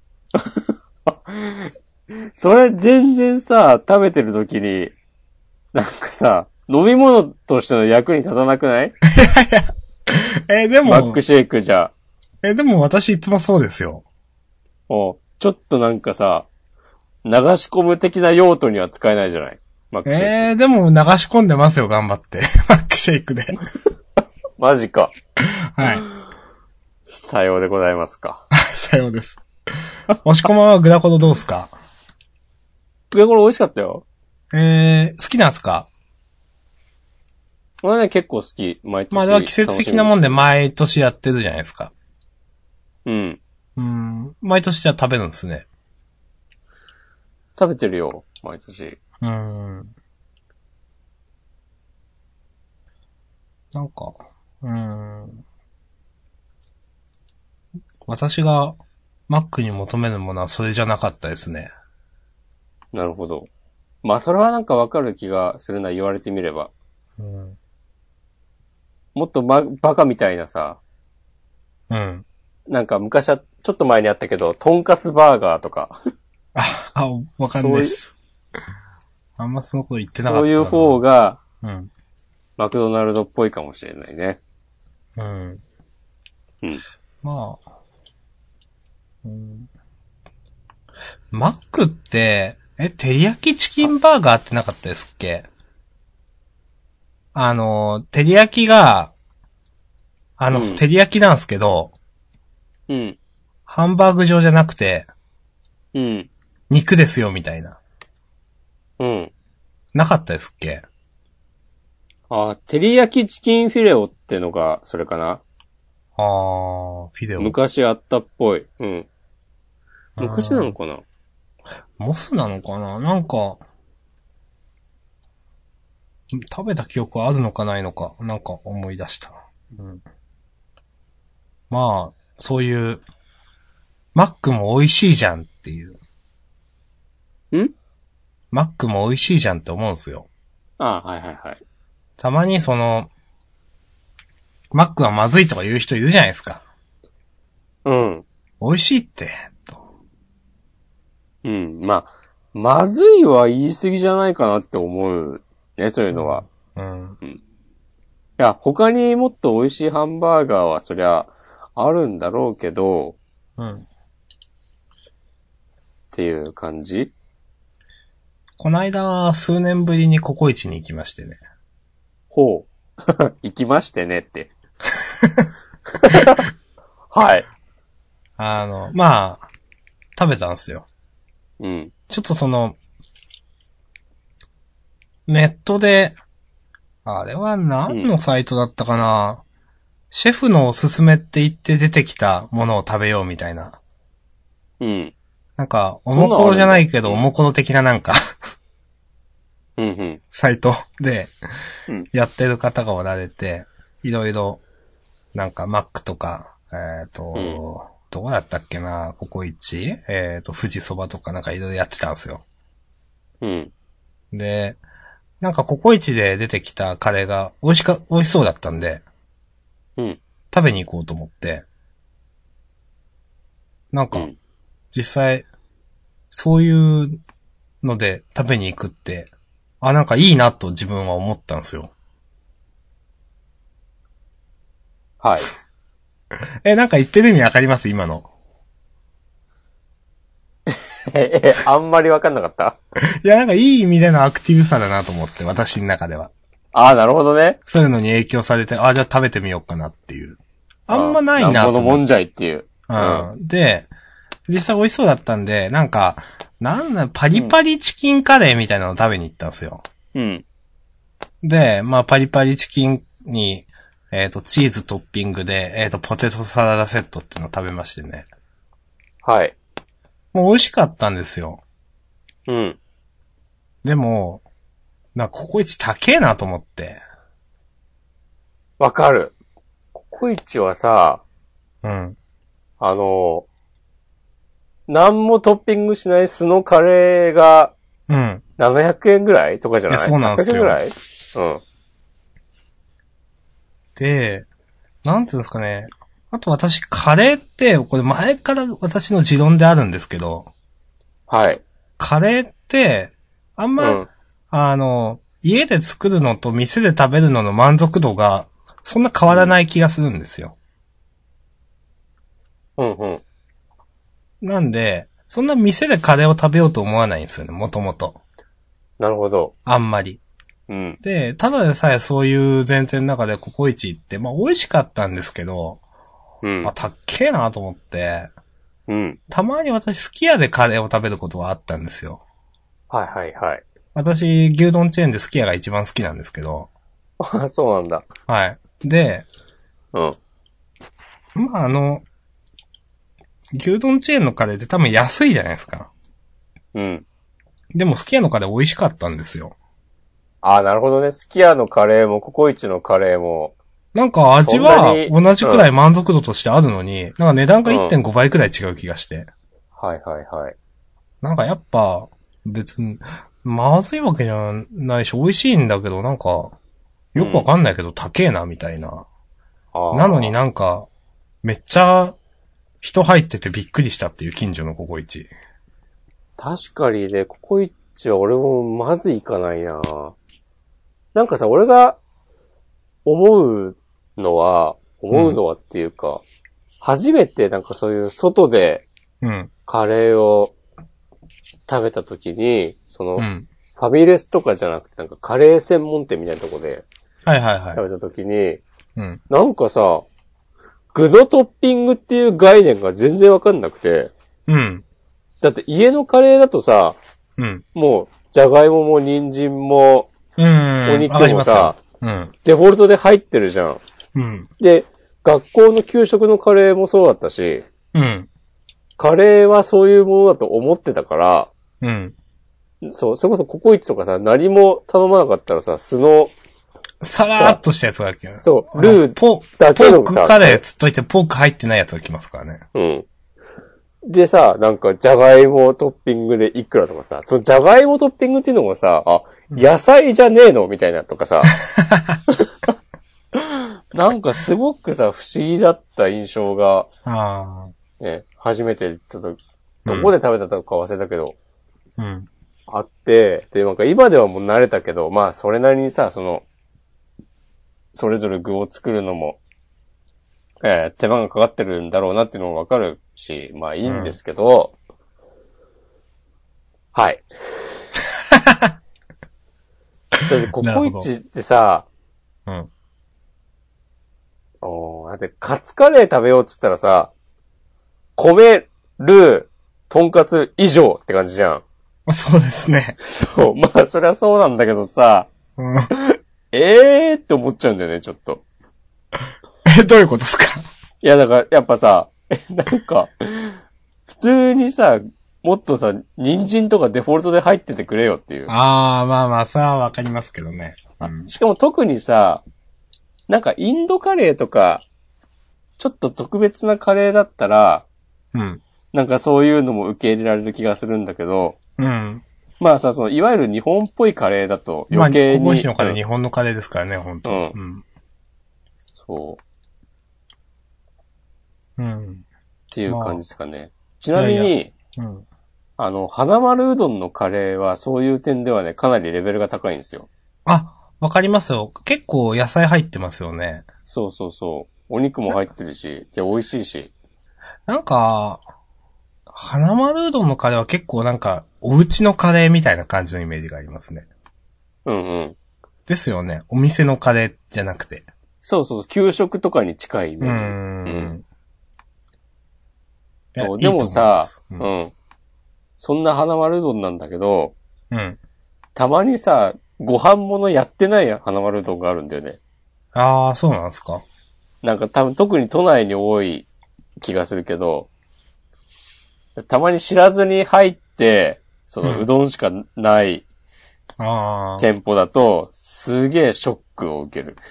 Speaker 1: それ全然さ、食べてる時に、なんかさ、飲み物としての役に立たなくない？いやい
Speaker 2: や。え、でも。
Speaker 1: マックシェイクじゃ。
Speaker 2: え、でも私いつもそうですよ。
Speaker 1: お、ちょっとなんかさ、流し込む的な用途には使えないじゃない？マックシェイク。
Speaker 2: えー、でも流し込んでますよ、頑張って。マックシェイクで。
Speaker 1: マジか。
Speaker 2: はい。
Speaker 1: さようでございますか。
Speaker 2: さようです。もしこまはグラコロどうすか？
Speaker 1: グラコロ美味しかったよ。
Speaker 2: えー、好きなんすか？
Speaker 1: 俺ね、結構好き。毎年。
Speaker 2: まあ、では季節的なもんで毎年やってるじゃないですか。
Speaker 1: うん。
Speaker 2: うん。毎年じゃあ食べるんですね。
Speaker 1: 食べてるよ、毎年。
Speaker 2: うん。なんか、うーん。私がマックに求めるものはそれじゃなかったですね。
Speaker 1: なるほど。まあ、それはなんかわかる気がするな、言われてみれば。
Speaker 2: うん、
Speaker 1: もっとば、バカみたいなさ。
Speaker 2: うん。
Speaker 1: なんか昔は、ちょっと前にあったけど、とんかつバーガーとか。
Speaker 2: あ、あ、わかんないです。あんまそのこと言ってなかったな。
Speaker 1: そういう方が、
Speaker 2: うん。
Speaker 1: マクドナルドっぽいかもしれないね。
Speaker 2: うん。
Speaker 1: うん。
Speaker 2: まあ、うん。マックって、え、照り焼きチキンバーガーってなかったですっけ？あの、照り焼きが、あの、うん、照り焼きなんですけど、
Speaker 1: うん。
Speaker 2: ハンバーグ状じゃなくて、
Speaker 1: うん。
Speaker 2: 肉ですよ、みたいな。
Speaker 1: うん。
Speaker 2: なかったですっけ？
Speaker 1: ああ、照り焼きチキンフィレオってのが、それかな？
Speaker 2: あー、フィレオ。
Speaker 1: 昔あったっぽい。うん。昔なのかな？
Speaker 2: モスなのかな？なんか、食べた記憶はあるのかないのか、なんか思い出した。うん、まあ、そういう、マックも美味しいじゃんっていう。
Speaker 1: ん？
Speaker 2: マックも美味しいじゃんって思うんですよ。
Speaker 1: ああ、はいはいはい。
Speaker 2: たまにその、マックはまずいとか言う人いるじゃないですか。
Speaker 1: うん。
Speaker 2: 美味しいって、と。
Speaker 1: うん。まあ、まずいは言い過ぎじゃないかなって思うね、そういうのは。
Speaker 2: うん。うん。
Speaker 1: いや、他にもっと美味しいハンバーガーはそりゃあるんだろうけど、
Speaker 2: うん。
Speaker 1: っていう感じ？
Speaker 2: この間、数年ぶりにココイチに行きましてね。
Speaker 1: ほう。行きましてねって。はい。
Speaker 2: あの、まあ、食べたんですよ。
Speaker 1: うん。
Speaker 2: ちょっとその、ネットで、あれは何のサイトだったかな、うん、シェフのおすすめって言って出てきたものを食べようみたいな。
Speaker 1: うん。
Speaker 2: なんか、おもころじゃないけど、おもころ的ななんか
Speaker 1: うんうん、
Speaker 2: サイトで、やってる方がおられて、いろいろ、なんか、マックとか、えっ、ー、と、うん、どこだったっけな、ココイチえっ、ー、と、富士そばとかなんかいろいろやってたんですよ。
Speaker 1: うん。
Speaker 2: で、なんかココイチで出てきたカレーが美味しか、美味しそうだったんで、
Speaker 1: うん。
Speaker 2: 食べに行こうと思って、なんか、うん、実際、そういうので食べに行くって、あ、なんかいいなと自分は思ったんですよ。
Speaker 1: はい。
Speaker 2: え、なんか言ってる意味わかります今の。
Speaker 1: え、え、あんまりわかんなかった？
Speaker 2: いや、なんかいい意味でのアクティブさだなと思って、私の中では。
Speaker 1: ああ、なるほどね。
Speaker 2: そういうのに影響されて、ああ、じゃあ食べてみようかなっていう。あんまないなと思って。
Speaker 1: なんぼのもんじゃいっていう。
Speaker 2: うん。で、実際美味しそうだったんで、なんか、なんだ、パリパリチキンカレーみたいなの食べに行ったんですよ。
Speaker 1: うん。
Speaker 2: で、まあ、パリパリチキンに、えっと、チーズトッピングで、えっと、ポテトサラダセットっていうのを食べましてね。
Speaker 1: はい。
Speaker 2: もう美味しかったんですよ。
Speaker 1: うん。
Speaker 2: でも、なんかココイチ高えなと思って。
Speaker 1: わかる。ココイチはさ、
Speaker 2: うん。
Speaker 1: あの、何もトッピングしない素のカレーが、
Speaker 2: うん。
Speaker 1: ななひゃくえんぐらいとかじゃない？
Speaker 2: いや、そうなんですよ。
Speaker 1: はっぴゃくえんぐらい？うん。
Speaker 2: で、なんていうんですかね。あと私、カレーって、これ前から私の持論であるんですけど、
Speaker 1: はい。
Speaker 2: カレーって、あんま、うん、あの、家で作るのと店で食べるのの満足度が、そんな変わらない気がするんですよ。
Speaker 1: うんうん。
Speaker 2: なんで、そんな店でカレーを食べようと思わないんですよね、もともと。
Speaker 1: なるほど。
Speaker 2: あんまり。
Speaker 1: うん。
Speaker 2: で、ただでさえそういう前提の中でココイチ行って、まあ美味しかったんですけど、
Speaker 1: うん。
Speaker 2: まあ、たっけえなと思って、
Speaker 1: うん。
Speaker 2: たまに私すき家でカレーを食べることはあったんですよ。
Speaker 1: はいはいはい。
Speaker 2: 私、牛丼チェーンですき家が一番好きなんですけど。
Speaker 1: あ、そうなんだ。
Speaker 2: はい。で、
Speaker 1: うん。
Speaker 2: まああの、牛丼チェーンのカレーって多分安いじゃないですか。
Speaker 1: うん。
Speaker 2: でもすき家のカレー美味しかったんですよ。
Speaker 1: ああ、なるほどね。すき家のカレーもココイチのカレーも。
Speaker 2: なんか味は同じくらい満足度としてあるのに、うん、なんか値段が いってんご 倍くらい違う気がして、うん。
Speaker 1: はいはいはい。
Speaker 2: なんかやっぱ別に、まずいわけじゃないし美味しいんだけど、なんか、よくわかんないけど高えなみたいな。うん、なのになんか、めっちゃ人入っててびっくりしたっていう近所のココイチ。
Speaker 1: 確かにね、ココイチは俺もまず行かないな。なんかさ、俺が思うのは、思うのはっていうか、うん、初めてなんかそういう外でカレーを食べた時に、その、うん、ファミレスとかじゃなくてなんかカレー専門店みたいなとこで
Speaker 2: はいはいはい。
Speaker 1: 食べた時に、
Speaker 2: うん、
Speaker 1: なんかさ、具のトッピングっていう概念が全然わかんなくて、
Speaker 2: うん。
Speaker 1: だって家のカレーだとさ、
Speaker 2: うん、
Speaker 1: もう、じゃがいもも人参も、
Speaker 2: うん、
Speaker 1: お肉もさ、
Speaker 2: うん、
Speaker 1: デフォルトで入ってるじゃん。
Speaker 2: うん。
Speaker 1: で、学校の給食のカレーもそうだったし、
Speaker 2: うん。
Speaker 1: カレーはそういうものだと思ってたから、
Speaker 2: うん。
Speaker 1: そう、それこそココイチとかさ、何も頼まなかったらさ、素の、
Speaker 2: さらーっとしたやつが来ます。
Speaker 1: そう、ルー
Speaker 2: ポ
Speaker 1: だけの
Speaker 2: ポークカレーつっといてポーク入ってないやつが来ますからね。
Speaker 1: うん。でさ、なんか、じゃがいもトッピングでいくらとかさ、そのじゃがいもトッピングっていうのもさ、あ、野菜じゃねえのみたいなとかさ。なんかすごくさ、不思議だった印象が、
Speaker 2: あ
Speaker 1: ね、初めて行ったと、どこで食べたか忘れたけど、
Speaker 2: うん、
Speaker 1: あって、で、なんか今ではもう慣れたけど、まあそれなりにさ、その、それぞれ具を作るのも、えー、手間がかかってるんだろうなっていうのもわかるし、まあいいんですけど、うん、はい。ココイチってさ、
Speaker 2: うん。
Speaker 1: おー、だってカツカレー食べようっつったらさ、米、ルー、とんかつ以上って感じじゃん。
Speaker 2: そうですね。
Speaker 1: そう、まあそりゃそうなんだけどさ、
Speaker 2: うん、
Speaker 1: ええーって思っちゃうんだよね、ちょっと。
Speaker 2: え、どういうことですか？
Speaker 1: いや、だから、やっぱさ、なんか、普通にさ、もっとさ、人参とかデフォルトで入っててくれよっていう。
Speaker 2: ああ、まあまあ、さあわかりますけどね、
Speaker 1: うん。しかも特にさ、なんかインドカレーとか、ちょっと特別なカレーだったら、
Speaker 2: うん。
Speaker 1: なんかそういうのも受け入れられる気がするんだけど、
Speaker 2: うん。
Speaker 1: まあさ、その、いわゆる日本っぽいカレーだと余計に。
Speaker 2: まあ、ココイチのカレー、うん、日本のカレーですからね、本当。
Speaker 1: うん。
Speaker 2: うん、
Speaker 1: そう。
Speaker 2: うん。
Speaker 1: っていう感じですかね。まあ、ちなみに、いやい
Speaker 2: や、うん、
Speaker 1: あの、花丸うどんのカレーはそういう点ではね、かなりレベルが高いんですよ。
Speaker 2: あ、わかりますよ。結構野菜入ってますよね。
Speaker 1: そうそうそお肉も入ってるし、で、美味しいし。
Speaker 2: なんか、花丸うどんのカレーは結構なんか、お家のカレーみたいな感じのイメージがありますね。
Speaker 1: うんうん。
Speaker 2: ですよね。お店のカレーじゃなくて。
Speaker 1: そうそう、給食とかに近いイメージ。
Speaker 2: うーん。うん
Speaker 1: そうでもさ、うん、うん。そんな花丸うどんなんだけど、
Speaker 2: うん。
Speaker 1: たまにさ、ご飯物やってない花丸うどんがあるんだよね。
Speaker 2: ああ、そうなんですか。
Speaker 1: なんか多分特に都内に多い気がするけど、たまに知らずに入って、そのうどんしかない店舗だと、すげえショックを受ける。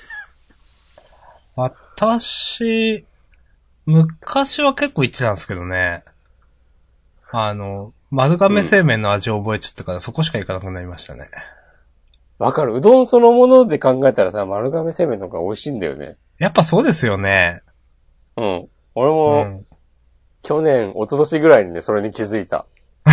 Speaker 2: 私、昔は結構行ってたんですけどね。あの、丸亀製麺の味を覚えちゃったから、うん、そこしか行かなくなりましたね。
Speaker 1: わかる。うどんそのもので考えたらさ、丸亀製麺の方が美味しいんだよね。
Speaker 2: やっぱそうですよね。
Speaker 1: うん。俺も、うん、去年、一昨年ぐらいにね、それに気づいた。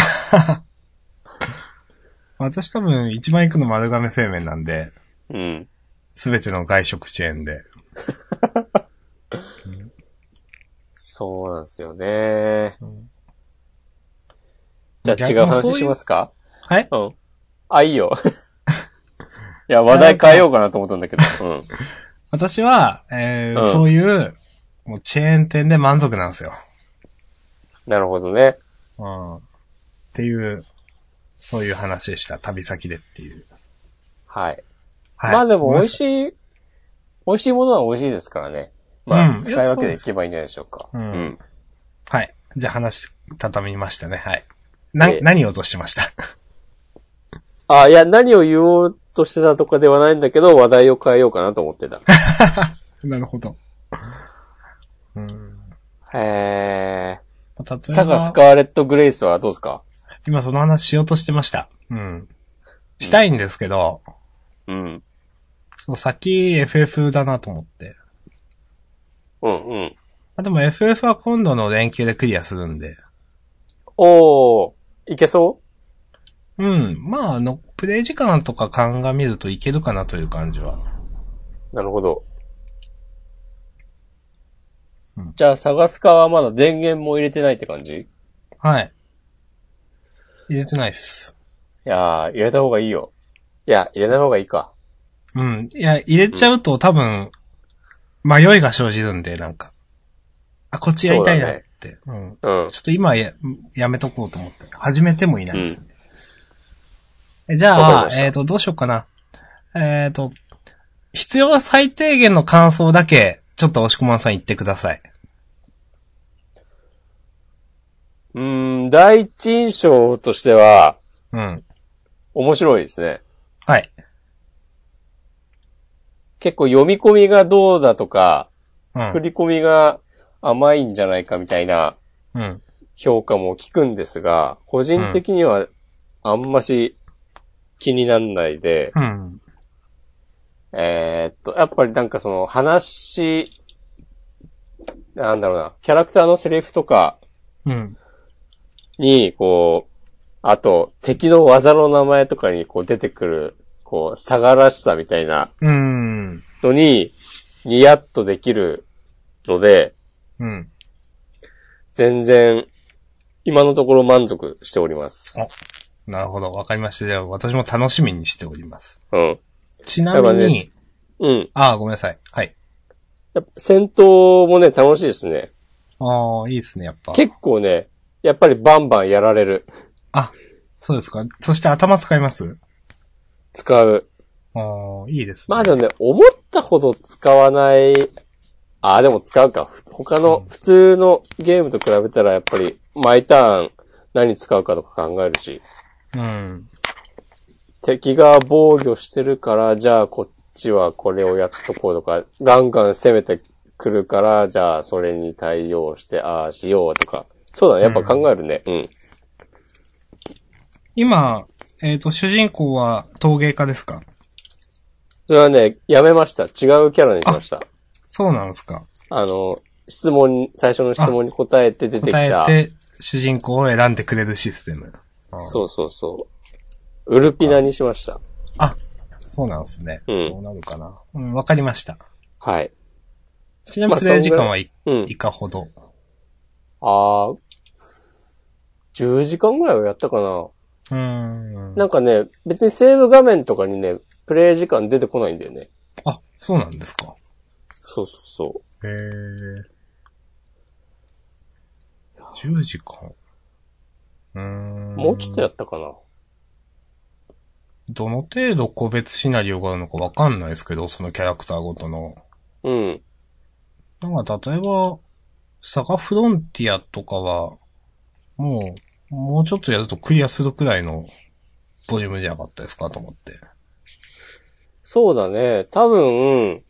Speaker 2: 私多分一番行くの丸亀製麺なんで。
Speaker 1: うん。
Speaker 2: すべての外食チェーンで。
Speaker 1: うん、そうなんですよね。うん、じゃあ違う話しますか？
Speaker 2: はい？
Speaker 1: うん。あ、いいよ。いや、話題変えようかなと思ったんだけど。うん。
Speaker 2: 私は、えーうん、そういう、もうチェーン店で満足なんですよ。
Speaker 1: なるほどね。
Speaker 2: うん。っていう、そういう話でした。旅先でっていう。
Speaker 1: はい。はい、まあでも美味しい、美味しいものは美味しいですからね。まあ、うん、使い分けでいけばいいんじゃないでしょうか。う
Speaker 2: うん。うん。はい。じゃあ話、畳みましたね。はい。な、何をとしてました
Speaker 1: あ、いや、何を言おうとしてたとかではないんだけど、話題を変えようかなと思ってた。
Speaker 2: なるほど。うん、
Speaker 1: へー。サガスカーレット・グレイスはどうですか？
Speaker 2: 今その話しようとしてました。うん。したいんですけど、
Speaker 1: うん。
Speaker 2: そう、先 エフエフ だなと思って。
Speaker 1: うんうん。
Speaker 2: あ、でも エフエフ は今度の連休でクリアするんで。
Speaker 1: おー、いけそう？
Speaker 2: うん。まあ、あの、プレイ時間とか鑑みるといけるかなという感じは。
Speaker 1: なるほど。うん、じゃあ、サガスカはまだ電源も入れてないって感じ？
Speaker 2: はい。入れてないっす。
Speaker 1: いやー、入れた方がいいよ。いや、入れない方がいいか。
Speaker 2: うん。いや、入れちゃうと、うん、多分、迷いが生じるんで、なんか。あ、こっちやりたいなって。うね、うん。うん。ちょっと今や、やめとこうと思って。始めてもいないですね。うん、じゃあ、えっと、どうしようかな。えっと、必要は最低限の感想だけ、ちょっと押し込まんさん言ってください。
Speaker 1: うーん、第一印象としては、
Speaker 2: うん。
Speaker 1: 面白いですね。
Speaker 2: はい。
Speaker 1: 結構読み込みがどうだとか、うん、作り込みが甘いんじゃないかみたいな評価も聞くんですが、うん、個人的にはあんまし気になんないで、
Speaker 2: うん、
Speaker 1: えー、っと、やっぱりなんかその話、なんだろうな、キャラクターのセリフとかに、こう、あと敵の技の名前とかにこう出てくる、こう、差がらしさみたいなのに、ニヤッとできるので、
Speaker 2: うん、
Speaker 1: 全然、今のところ満足しております。
Speaker 2: なるほど、わかりました。じゃあ私も楽しみにしております。
Speaker 1: うん。
Speaker 2: ちなみに、ね、
Speaker 1: うん。
Speaker 2: ああ、ごめんなさい。はい。
Speaker 1: やっぱ戦闘もね、楽しいですね。
Speaker 2: ああ、いいですね、やっぱ。
Speaker 1: 結構ね、やっぱりバンバンやられる。
Speaker 2: あ、そうですか。そして頭使います？
Speaker 1: 使う。
Speaker 2: ああ、いいです
Speaker 1: ね。まあでもね、思ったほど使わない、ああ、でも使うか。他の、普通のゲームと比べたらやっぱり、毎ターン何使うかとか考えるし。
Speaker 2: うん。
Speaker 1: 敵が防御してるから、じゃあこっちはこれをやっとこうとか、ガンガン攻めてくるから、じゃあそれに対応して、ああしようとか。そうだね、やっぱ考えるね。うん。うん、
Speaker 2: 今、えっと、主人公は陶芸家ですか？
Speaker 1: それはね、やめました。違うキャラにしました。
Speaker 2: そうなんですか。
Speaker 1: あの、質問、最初の質問に答えて出てきた。
Speaker 2: 答えて、主人公を選んでくれるシステム。
Speaker 1: そうそうそう。ウルピナにしました。
Speaker 2: あ、そうなんですね。うん。どうなるかな。うん、わかりました。
Speaker 1: はい。
Speaker 2: ちなみにプレイ時間はいかほど、
Speaker 1: うん、ああ、じゅうじかんぐらいはやったかな。
Speaker 2: うーん。
Speaker 1: なんかね、別にセーブ画面とかにね、プレイ時間出てこないんだよね。
Speaker 2: あ、そうなんですか。
Speaker 1: そうそうそう。
Speaker 2: へー。じゅうじかん。うーん。
Speaker 1: もうちょっとやったかな。
Speaker 2: どの程度個別シナリオがあるのかわかんないですけど、そのキャラクターごとの。
Speaker 1: うん。
Speaker 2: なんか例えば、サガフロンティアとかは、もう、もうちょっとやるとクリアするくらいのボリュームじゃなかったですかと思って。
Speaker 1: そうだね。多分、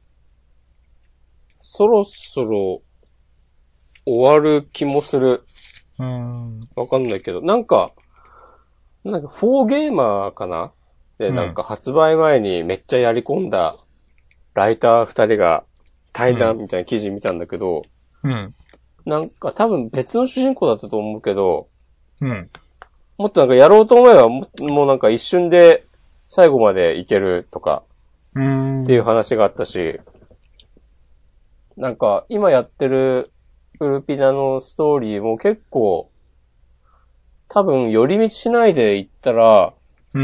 Speaker 1: そろそろ終わる気もする。
Speaker 2: うーん。
Speaker 1: わかんないけど。なんか、なんかフォーゲーマーかなで、なんか発売前にめっちゃやり込んだライター二人が対談みたいな記事見たんだけど、
Speaker 2: うん。
Speaker 1: なんか多分別の主人公だったと思うけど、
Speaker 2: うん。
Speaker 1: もっとなんかやろうと思えばも、もうなんか一瞬で最後までいけるとか、
Speaker 2: うーん。
Speaker 1: っていう話があったし、なんか今やってるウルピナのストーリーも結構、多分寄り道しないで行ったら、
Speaker 2: うん。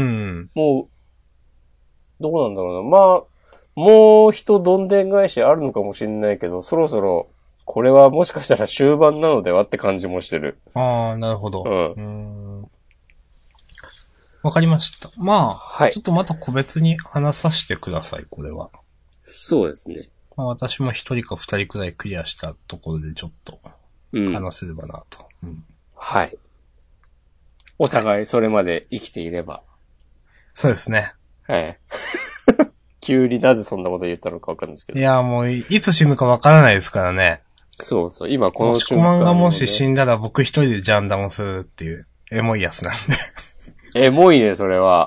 Speaker 1: もう、どうなんだろうな。まあ、もう一どんでん返しあるのかもしれないけど、そろそろ、これはもしかしたら終盤なのではって感じもしてる。
Speaker 2: ああ、なるほど。
Speaker 1: うん。
Speaker 2: うーん。わかりました。まあ、
Speaker 1: はい。
Speaker 2: ちょっとまた個別に話させてください、これは。
Speaker 1: そうですね。
Speaker 2: まあ私も一人か二人くらいクリアしたところでちょっと、話せればなと、
Speaker 1: うん。うん。はい。お互いそれまで生きていれば。
Speaker 2: そうですね。
Speaker 1: はい。急になぜそんなこと言ったのかわかんないですけど。
Speaker 2: いや、もうい、いつ死ぬかわからないですからね。
Speaker 1: そうそう、今この
Speaker 2: 瞬間、ね。もしコマンがもし死んだら僕一人でジャンダンをするっていう、エモいやつなん
Speaker 1: で。エモいね、それは。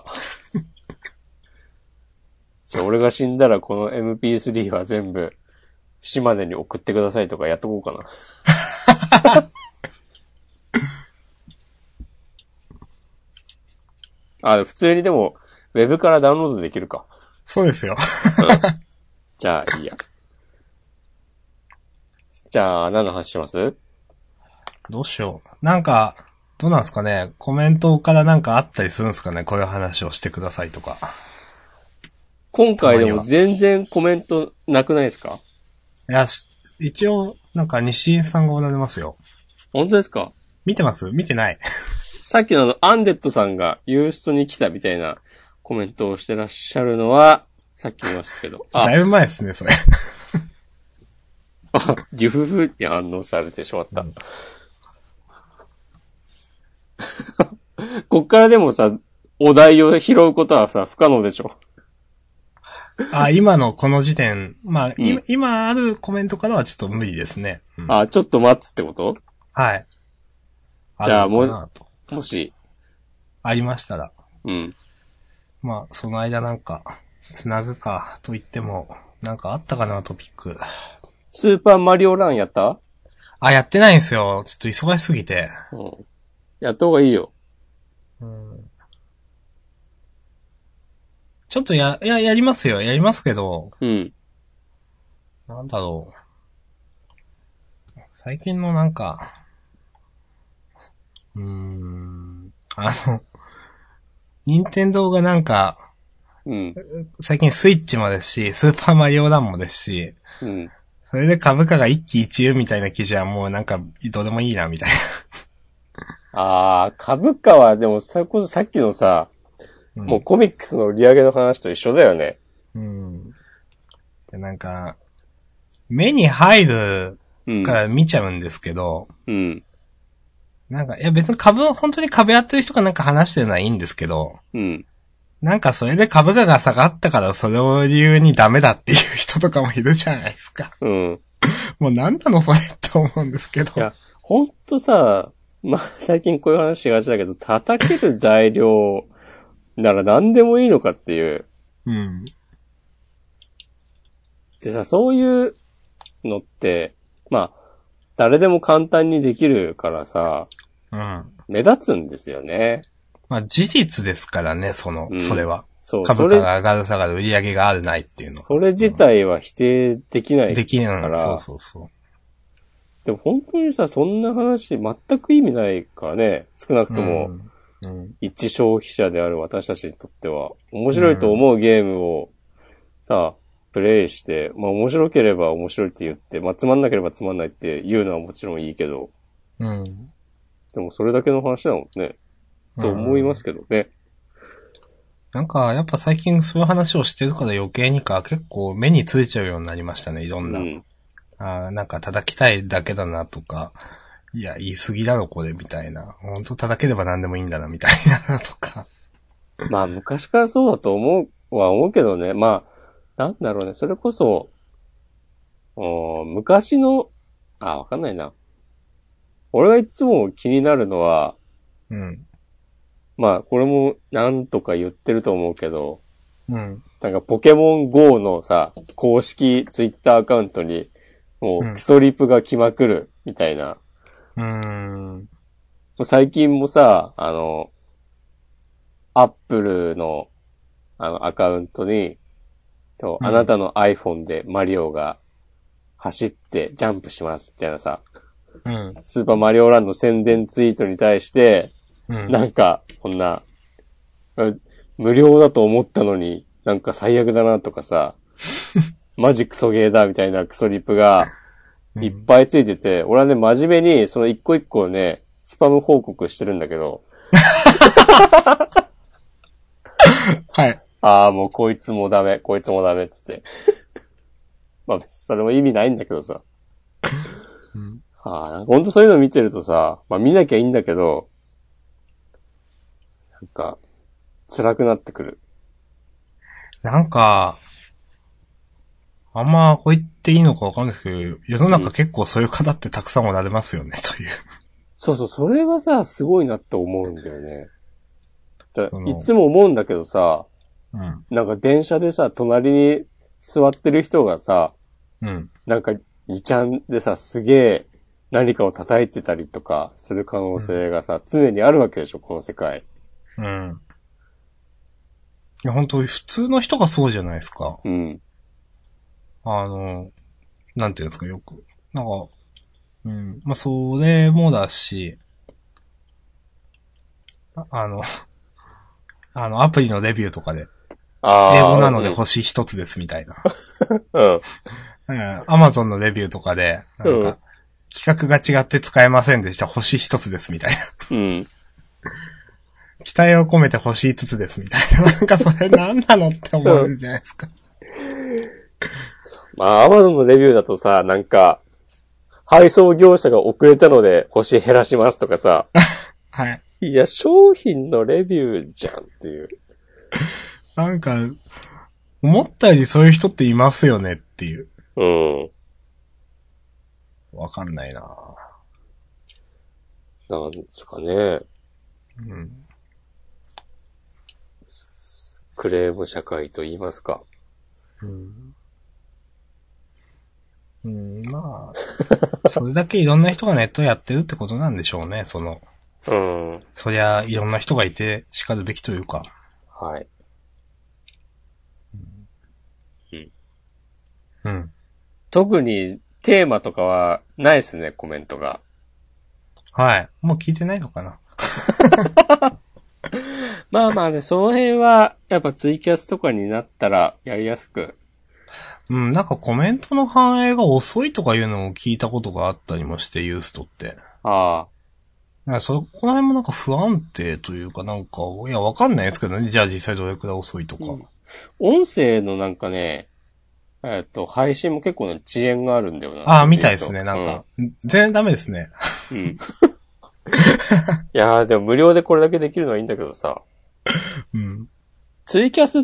Speaker 1: じゃあ俺が死んだらこの エムピースリー は全部、島根に送ってくださいとかやっとこうかな。あ、普通にでも、ウェブからダウンロードできるか。
Speaker 2: そうですよ。
Speaker 1: うん、じゃあ、いいや。じゃあ、何の話します？
Speaker 2: どうしよう。なんか、どうなんですかね。コメントからなんかあったりするんですかね。こういう話をしてくださいとか。
Speaker 1: 今回でも全然コメントなくないですか？
Speaker 2: いや、一応、なんか西井さんがおられますよ。
Speaker 1: 本当ですか？
Speaker 2: 見てます？見てない。
Speaker 1: さっきのあの、アンデッドさんがユーストに来たみたいなコメントをしてらっしゃるのは、さっき見ましたけど。
Speaker 2: だいぶ前ですね、それ。
Speaker 1: あ、ギフフに反応されてしまった。うん、こっからでもさ、お題を拾うことはさ、不可能でしょ。
Speaker 2: あ、今のこの時点、まあ、うん、今あるコメントからはちょっと無理ですね。
Speaker 1: うん、あ、ちょっと待つってこと？
Speaker 2: はい。
Speaker 1: じゃあもう、もし。
Speaker 2: ありましたら。
Speaker 1: うん。
Speaker 2: まあ、その間なんか、つなぐか、と言っても、なんかあったかな、トピック。
Speaker 1: スーパーマリオランやった？
Speaker 2: あ、やってないんですよ。ちょっと忙しすぎて。
Speaker 1: うん。やった方がいいよ。
Speaker 2: うん。ちょっとや、いや、やりますよ。やりますけど。
Speaker 1: うん。
Speaker 2: なんだろう。最近のなんか、うーん。あの、任天堂がなんか、
Speaker 1: うん。
Speaker 2: 最近スイッチもですし、スーパーマリオランもですし、
Speaker 1: うん。
Speaker 2: それで株価が一喜一憂みたいな記事はもうなんか、どうでもいいな、みたい
Speaker 1: な。あー、株価はでもさ、さっきのさ、うん、もうコミックスの売り上げの話と一緒だよね。
Speaker 2: うん。なんか、目に入るから見ちゃうんですけど、
Speaker 1: うん。
Speaker 2: なんか、いや別に株、本当に株やってる人がなんか話してるのはいいんですけど、
Speaker 1: うん。
Speaker 2: なんかそれで株価が下がったからそれを理由にダメだっていう人とかもいるじゃないですか。
Speaker 1: うん。
Speaker 2: もうなんなのそれって思うんですけど。
Speaker 1: いや、ほんとさ、まあ、最近こういう話しがちだけど、叩ける材料なら何でもいいのかっていう。
Speaker 2: うん。
Speaker 1: でさ、そういうのって、まあ、誰でも簡単にできるからさ、
Speaker 2: うん。
Speaker 1: 目立つんですよね。
Speaker 2: まあ事実ですからね、その、うん、それは。 そう。株価が上がる下がる売り上げがあるないっていうの。
Speaker 1: それ自体は否定できないから。
Speaker 2: できないから。そうそうそう。
Speaker 1: でも本当にさ、そんな話全く意味ないからね。少なくとも、うんうん、一消費者である私たちにとっては、面白いと思うゲームをさ、プレイして、まあ面白ければ面白いって言って、まあつまんなければつまんないって言うのはもちろんいいけど、
Speaker 2: うん。
Speaker 1: でもそれだけの話だもんね。と思いますけどね。
Speaker 2: なんか、やっぱ最近そういう話をしてるから余計にか結構目についちゃうようになりましたね、いろんな。うん、あなんか叩きたいだけだなとか、いや、言い過ぎだろこれみたいな。本当叩ければ何でもいいんだなみたいなとか。
Speaker 1: まあ昔からそうだと思うは思うけどね。まあ、なんだろうね。それこそ、お昔の、あ、わかんないな。俺がいつも気になるのは、
Speaker 2: うん。
Speaker 1: まあ、これもなんとか言ってると思うけど、
Speaker 2: うん。
Speaker 1: なんかポケモン ゴー のさ、公式ツイッターアカウントに、もうクソリプが来まくるみたいな。
Speaker 2: うーん。
Speaker 1: 最近もさ、あの、アップルのあのアカウントに、と、あなたの iPhone でマリオが走ってジャンプしますみたいなさ、
Speaker 2: うん、
Speaker 1: スーパーマリオランド宣伝ツイートに対して、
Speaker 2: うん、
Speaker 1: なんか、こんな、無料だと思ったのに、なんか最悪だなとかさ、マジクソゲーだみたいなクソリプがいっぱいついてて、うん、俺はね、真面目にその一個一個ね、スパム報告してるんだけど。
Speaker 2: はい。
Speaker 1: ああ、もうこいつもダメ、こいつもダメっつって。まあ、それも意味ないんだけどさ。うん、はあ、ほんとそういうの見てるとさ、まあ見なきゃいいんだけど、なんか、辛くなってくる。
Speaker 2: なんか、あんまこう言っていいのかわかんないですけど、世の中結構そういう方ってたくさんおられますよね、という。
Speaker 1: そうそう、それがさ、すごいなって思うんだよね。だいつも思うんだけどさ、
Speaker 2: うん、
Speaker 1: なんか電車でさ、隣に座ってる人がさ、
Speaker 2: うん、
Speaker 1: なんかにちゃんでさ、すげえ何かを叩いてたりとかする可能性がさ、うん、常にあるわけでしょ、この世界。
Speaker 2: うん。いや、本当普通の人がそうじゃないですか。
Speaker 1: うん。
Speaker 2: あの、なんていうんですか、よく。なんか、うん。まあ、それもだし、ああの、あの、アプリのレビューとかで、英語なので星一つですみたいな。
Speaker 1: うん。
Speaker 2: うん。アマゾンのレビューとかで、なんか、うん、企画が違って使えませんでした。星一つですみたいな。
Speaker 1: うん。
Speaker 2: 期待を込めて星五つですみたいな。なんかそれ何なのって思うじゃないですか。
Speaker 1: まあ、アマゾンのレビューだとさ、なんか、配送業者が遅れたので星減らしますとかさ。
Speaker 2: はい。
Speaker 1: いや、商品のレビューじゃんっていう。
Speaker 2: なんか、思ったよりそういう人っていますよねっていう。
Speaker 1: うん。
Speaker 2: わかんないな
Speaker 1: ぁ。なんですかね。
Speaker 2: うん。
Speaker 1: クレーム社会と言いますか。
Speaker 2: うん。うん、まあ、それだけいろんな人がネットやってるってことなんでしょうね、その。
Speaker 1: うん。
Speaker 2: そりゃ、いろんな人がいて叱るべきというか。
Speaker 1: はい。
Speaker 2: うん。うん。
Speaker 1: 特にテーマとかはないですね、コメントが。
Speaker 2: はい。もう聞いてないのかな。
Speaker 1: まあまあね、その辺は、やっぱツイキャスとかになったらやりやすく。
Speaker 2: うん、なんかコメントの反映が遅いとかいうのを聞いたことがあったりもして、ユーストって。
Speaker 1: ああ。
Speaker 2: なんかそこら辺もなんか不安定というかなんか、いやわかんないですけどね、じゃあ実際どれくらい遅いとか。うん、
Speaker 1: 音声のなんかね、えっと、配信も結構ね、遅延があるんだよな。
Speaker 2: ああ、みたいですね、なんか。うん、全然ダメですね。
Speaker 1: うん。いやー、でも無料でこれだけできるのはいいんだけどさ。
Speaker 2: うん。
Speaker 1: ツイキャスって、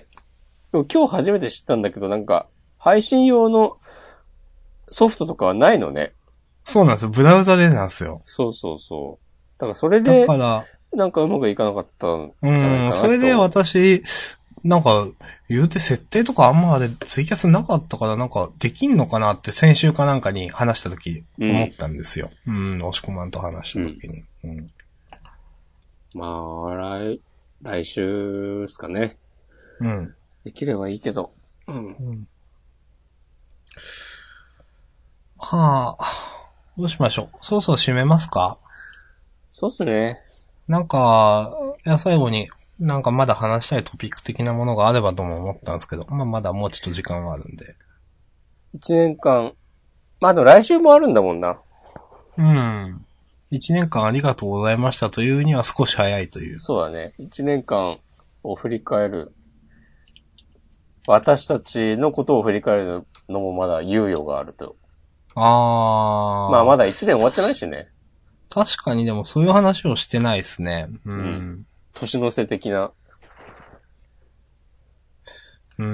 Speaker 1: 今日初めて知ったんだけど、なんか、配信用のソフトとかはないのね。
Speaker 2: そうなんですよ。ブラウザでなんですよ。
Speaker 1: そうそうそう。だからそれで、
Speaker 2: だから、
Speaker 1: なんかうまくいかなかったんじゃないかなと。
Speaker 2: うん、それで私、なんか、言うて設定とかあんまでツイキャスなかったからなんかできんのかなって先週かなんかに話した時思ったんですよ。うん、うん、押し込まんと話した時に。うん。うん、
Speaker 1: まあ、来、来週ですかね。
Speaker 2: うん。
Speaker 1: できればいいけど。うん。うん、
Speaker 2: はあ、どうしましょう。そろそろ締めますか？
Speaker 1: そうっすね。
Speaker 2: なんか、いや、最後に、なんかまだ話したいトピック的なものがあればとも思ったんですけど、まあまだもうちょっと時間はあるんで。
Speaker 1: 一年間、まあでも来週もあるんだもんな。
Speaker 2: うん。一年間ありがとうございましたというには少し早いという。
Speaker 1: そうだね。一年間を振り返る。私たちのことを振り返るのもまだ猶予があると。
Speaker 2: あー。
Speaker 1: まあまだ一年終わってないしね。
Speaker 2: 確かにでもそういう話をしてないですね。うん。うん、
Speaker 1: 年の瀬的な。
Speaker 2: うん。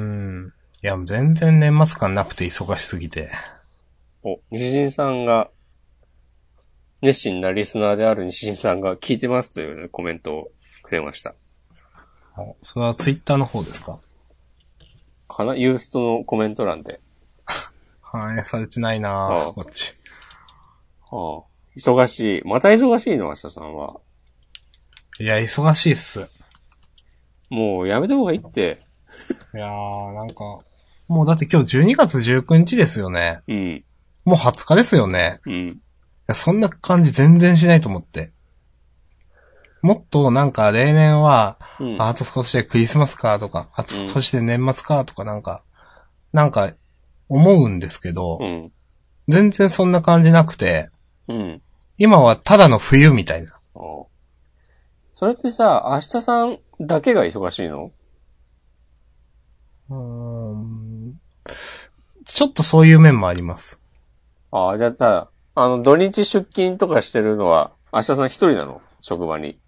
Speaker 2: いや、全然年末感なくて忙しすぎて。
Speaker 1: お、西陣さんが、熱心なリスナーである西陣さんが聞いてますという、ね、コメントをくれました。
Speaker 2: それはツイッターの方ですか？
Speaker 1: かなユーストのコメント欄で。
Speaker 2: 反映されてないなぁ、こっち。
Speaker 1: はあ。忙しい。また忙しいの、明日さんは。
Speaker 2: いや、忙しいっす。
Speaker 1: もうやめた方がいいって。
Speaker 2: いやー、なんか、もうだって今日じゅうにがつじゅうくにちですよね。
Speaker 1: うん。
Speaker 2: もうはつかですよね。
Speaker 1: うん。
Speaker 2: いや、そんな感じ全然しないと思って。もっとなんか例年は、うん、あと少しでクリスマスかとか、あと少しで年末かとかなんか、うん、なんか思うんですけど、うん、全然そんな感じなくて、うん、今はただの冬みたいな。
Speaker 1: それってさ、明日さんだけが忙しいの？
Speaker 2: うーん、ちょっとそういう面もあります。
Speaker 1: ああ、じゃあさ、あの土日出勤とかしてるのは明日さん一人なの？職場に。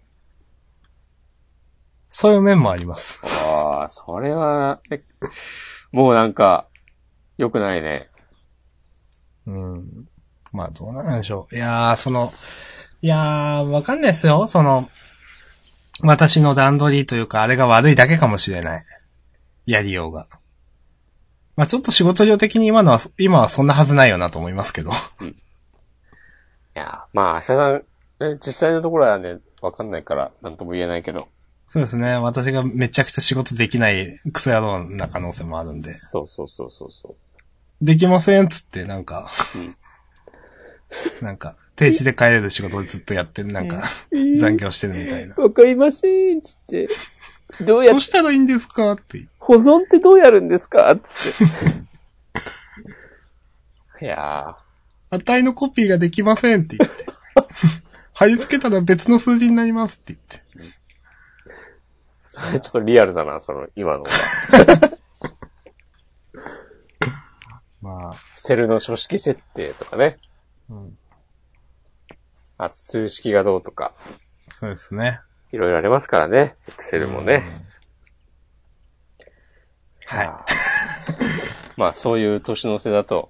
Speaker 2: そういう面もあります。
Speaker 1: ああ、それは、もうなんか、良くないね。
Speaker 2: うん。まあどうなんでしょう。いやー、その、いやー、わかんないですよ。その、私の段取りというか、あれが悪いだけかもしれない。やりようが。まあちょっと仕事量的に今のは、今はそんなはずないよなと思いますけど。うん、い
Speaker 1: やー、まあ、明日さん、実際のところはね、わかんないから、なんとも言えないけど。
Speaker 2: そうですね。私がめちゃくちゃ仕事できないクソ野郎な可能性もあるんで。
Speaker 1: そうそうそうそうそう。
Speaker 2: できませんっつってなんか、うん、なんか定時で帰れる仕事をずっとやってなんか、えー、残業してるみたいな。
Speaker 1: わかりませんっつって。どうやっ
Speaker 2: どうしたらいいんですかって。
Speaker 1: 保存ってどうやるんですかつって。いや
Speaker 2: ー。値のコピーができませんって言って。貼り付けたら別の数字になりますって言って。
Speaker 1: それちょっとリアルだな、その、今のが。まあ。セルの書式設定とかね。うん。あと、数式がどうとか。
Speaker 2: そうですね。
Speaker 1: いろいろありますからね。エクセルもね。
Speaker 2: はい。
Speaker 1: まあ、そういう年の瀬だと。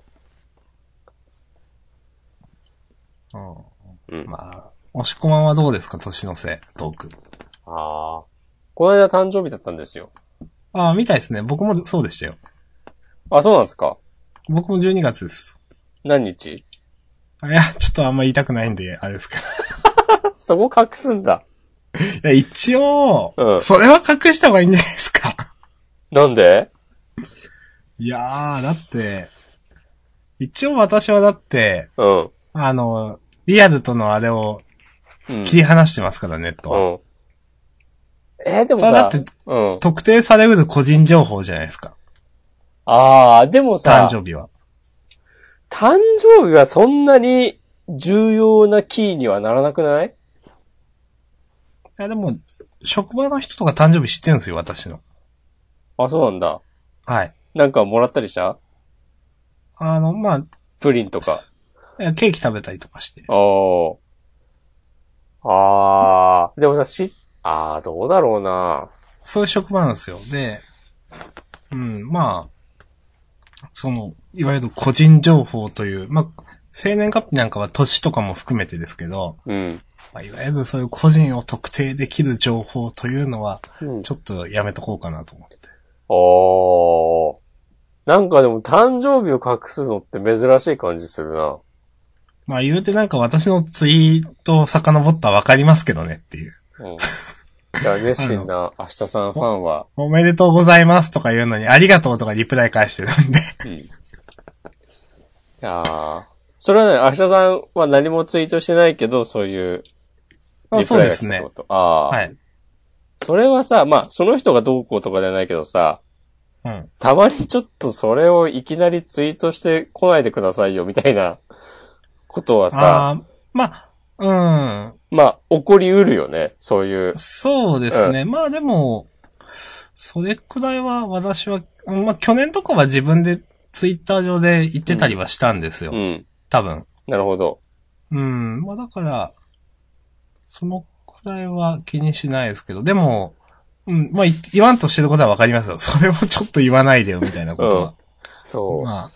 Speaker 2: うん。うん、まあ、押し込まんはどうですか、年の瀬、トーク。
Speaker 1: ああ。この間誕生日だったんですよ。
Speaker 2: ああ、みたいですね。僕もそうでしたよ。
Speaker 1: あ、そうなんですか？僕
Speaker 2: もじゅうにがつです。
Speaker 1: 何日？
Speaker 2: あ、いや、ちょっとあんま言いたくないんで、あれですけど。
Speaker 1: そこ隠すんだ。
Speaker 2: いや、一応、うん、それは隠した方がいいんじゃないですか。
Speaker 1: なんで？
Speaker 2: いやー、だって、一応私はだって、うん。あの、リアルとのあれを切り離してますから、うん、ネットは。うん。
Speaker 1: えー、でもさ、
Speaker 2: だって、うん、特定される個人情報じゃないですか。
Speaker 1: あー、でもさ、
Speaker 2: 誕生日は。
Speaker 1: 誕生日はそんなに重要なキーにはならなくない？
Speaker 2: いや、でも、職場の人とか誕生日知ってるんですよ、私の。
Speaker 1: あ、そうなんだ。
Speaker 2: はい。
Speaker 1: なんかもらったりした？
Speaker 2: あの、まあ。
Speaker 1: プリンとか。
Speaker 2: いや、ケーキ食べたりとかして。
Speaker 1: おー。あー。でもさ、し、あー、どうだろうな。
Speaker 2: そういう職場なんですよ。で、うん、まあ、その、いわゆる個人情報という、まあ、生年月日なんかは年とかも含めてですけど、うん。まあ、いわゆるそういう個人を特定できる情報というのは、ちょっとやめとこうかなと思って。
Speaker 1: うん、あー。なんかでも誕生日を隠すのって珍しい感じするな。
Speaker 2: まあ言うてなんか私のツイートを遡ったらわかりますけどねっていう。うん。
Speaker 1: じゃあ熱心な明日さんファンは
Speaker 2: お。おめでとうございますとか言うのに、ありがとうとかリプライ返してるんで。うん。い
Speaker 1: やー。それはね、明日さんは何もツイートしてないけど、そういう
Speaker 2: あ、そうですね。
Speaker 1: ああ。はい。それはさ、まあ、その人がどうこうとかじゃないけどさ、うん。たまにちょっとそれをいきなりツイートしてこないでくださいよ、みたいなことはさ、
Speaker 2: あまあ、うん。
Speaker 1: まあ、起こりうるよね、そういう。
Speaker 2: そうですね。うん、まあでも、それくらいは私は、まあ去年とかは自分でツイッター上で言ってたりはしたんですよ。うん。うん、多分。
Speaker 1: なるほど。
Speaker 2: うん。まあだから、そのくらいは気にしないですけど、でも、うん、まあ言わんとしてることはわかりますよ。それはちょっと言わないでよ、みたいなことは。うん、
Speaker 1: そう。まあ。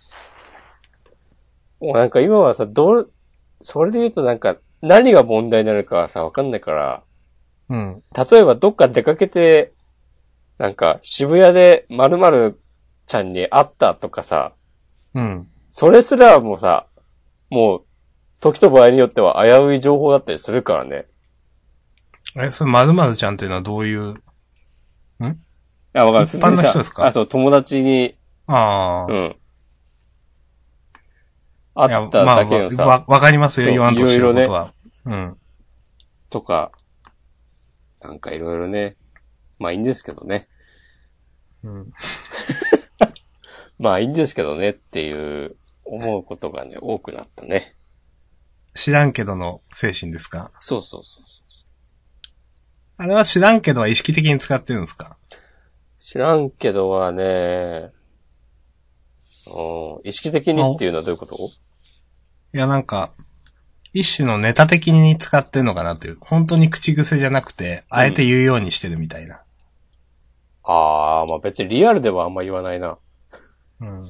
Speaker 1: もうなんか今はさ、どう、それで言うとなんか、何が問題になるかはさ、わかんないから、うん。例えばどっか出かけて、なんか渋谷で〇〇ちゃんに会ったとかさ、うん。それすらもさ、もう、時と場合によっては危うい情報だったりするからね。
Speaker 2: え、それ〇〇ちゃんっていうのはどういう、ん？い
Speaker 1: や、わかる。
Speaker 2: 一般の人ですか？
Speaker 1: あ、そう、友達に、ああ。うん。あっただけのさ。
Speaker 2: まあ、わ、わかりますよ、言わんとしてることは。いろいろね、うん。
Speaker 1: とか、なんかいろいろね。まあいいんですけどね。うん。まあいいんですけどねっていう思うことがね、多くなったね。
Speaker 2: 知らんけどの精神ですか？
Speaker 1: そうそうそうそう。
Speaker 2: あれは知らんけどは意識的に使ってるんですか？
Speaker 1: 知らんけどはね、意識的にっていうのはどういうこと？
Speaker 2: いやなんか、一種のネタ的に使ってるのかなっていう。本当に口癖じゃなくて、あえて言うようにしてるみたいな。うん、
Speaker 1: あー、まあ別にリアルではあんま言わないな。うん。うん。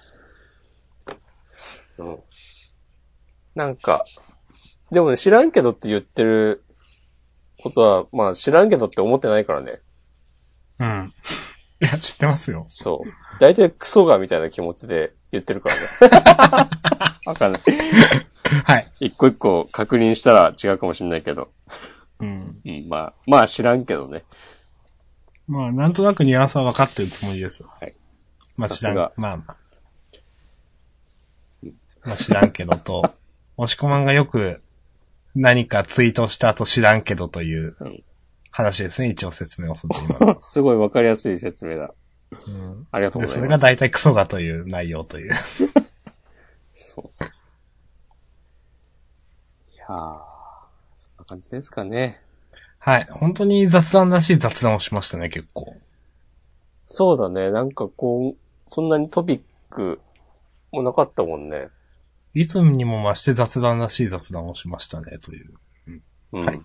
Speaker 1: うん。なんか、でもね、知らんけどって言ってることは、まあ知らんけどって思ってないからね。
Speaker 2: うん。いや、知ってますよ。
Speaker 1: そう。大体クソがみたいな気持ちで言ってるからね。わかんない。はい。一個一個確認したら違うかもしれないけど。うん。うん、まあ、まあ知らんけどね。
Speaker 2: まあ、なんとなくニュアンスは分かってるつもりですよ。はい。まあ知らん。まあまあ。まあ知らんけどと、押し込まんがよく何かツイートした後知らんけどという話ですね、一応説明をすると今。
Speaker 1: すごい分かりやすい説明だ。うん、ありがとうございます。で、
Speaker 2: それが大体クソがという内容という。
Speaker 1: そうそうそう。いやー、そんな感じですかね。
Speaker 2: はい。本当に雑談らしい雑談をしましたね、結構。
Speaker 1: そうだね。なんかこう、そんなにトピックもなかったもんね。
Speaker 2: リズムにも増して雑談らしい雑談をしましたね、という。うん、はい。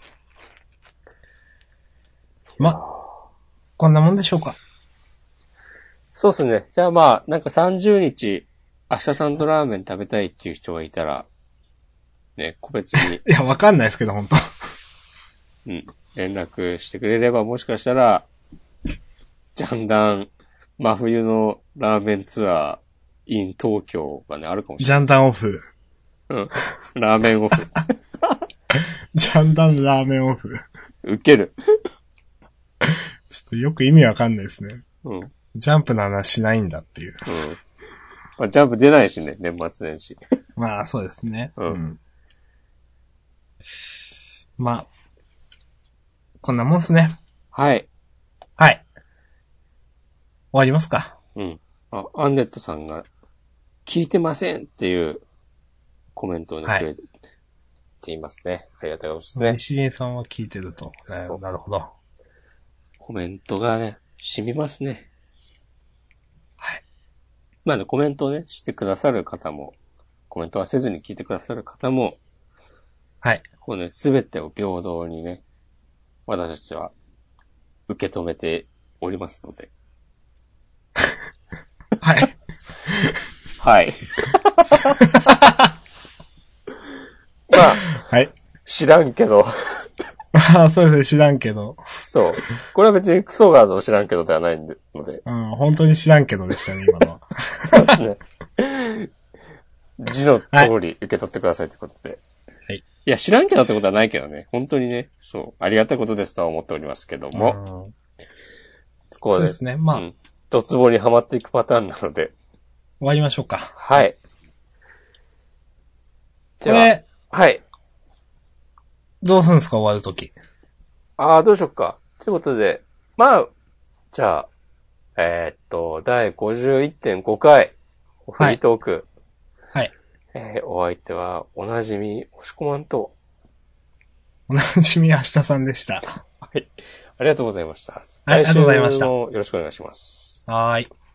Speaker 2: ま、こんなもんでしょうか。
Speaker 1: そうですね。じゃあまあ、なんかさんじゅうにち、明日さんとラーメン食べたいっていう人がいたら、ね、個別に。
Speaker 2: いや、わかんないですけど、本当
Speaker 1: うん。連絡してくれれば、もしかしたら、ジャンダン、真冬のラーメンツアー、in 東京がね、あるかもしれない。
Speaker 2: ジャンダンオフ。
Speaker 1: うん。ラーメンオフ。
Speaker 2: ジャンダンラーメンオフ。
Speaker 1: ウケる。
Speaker 2: ちょっとよく意味わかんないですね。うん。ジャンプの話しないんだっていう。うん。
Speaker 1: まあ、ジャンプ出ないしね、年末年始。
Speaker 2: まあ、そうですね。うん。うん、まあ、こんなもんっすね。
Speaker 1: はい。
Speaker 2: はい。終わりますか。
Speaker 1: うん。あ、アンネットさんが、聞いてませんっていうコメントをね、はい、くれていますね。ありがたいですね。
Speaker 2: 西陣さんは聞いてると。なるほど。
Speaker 1: コメントがね、染みますね。はい。まあね、コメントをね、してくださる方も、コメントはせずに聞いてくださる方も、
Speaker 2: はい。
Speaker 1: こうね、すべてを平等にね、私たちは受け止めておりますので。
Speaker 2: はい。
Speaker 1: はい。まあ、
Speaker 2: はい。
Speaker 1: 知らんけど。
Speaker 2: ああ、そうですね、知らんけど。
Speaker 1: そう。これは別にクソガードを知らんけどではないので。
Speaker 2: うん、本当に知らんけどでしたね、今のは。
Speaker 1: そうですね。字の通り受け取ってくださいということで。はい。 いや、知らんけどってことはないけどね。本当にね、そう、ありがたいことですとは思っておりますけども。
Speaker 2: こうそうですね、まあ。うん、
Speaker 1: ドツボにはまっていくパターンなので。
Speaker 2: 終わりましょうか。
Speaker 1: はい。
Speaker 2: これ、
Speaker 1: はい。
Speaker 2: どうするんですか、終わるとき。
Speaker 1: ああ、どうしよっか。ということで、まあ、じゃあ、えー、っと、だい ごじゅういってんご 回、フリートーク。
Speaker 2: はい。
Speaker 1: えー、お相手は、おなじみ、押し込まんと。
Speaker 2: おなじみ、明日さんでした。
Speaker 1: はい。ありがとうございました。
Speaker 2: はい、ありがとうございました。
Speaker 1: 来週もよろしくお願いします。
Speaker 2: はーい。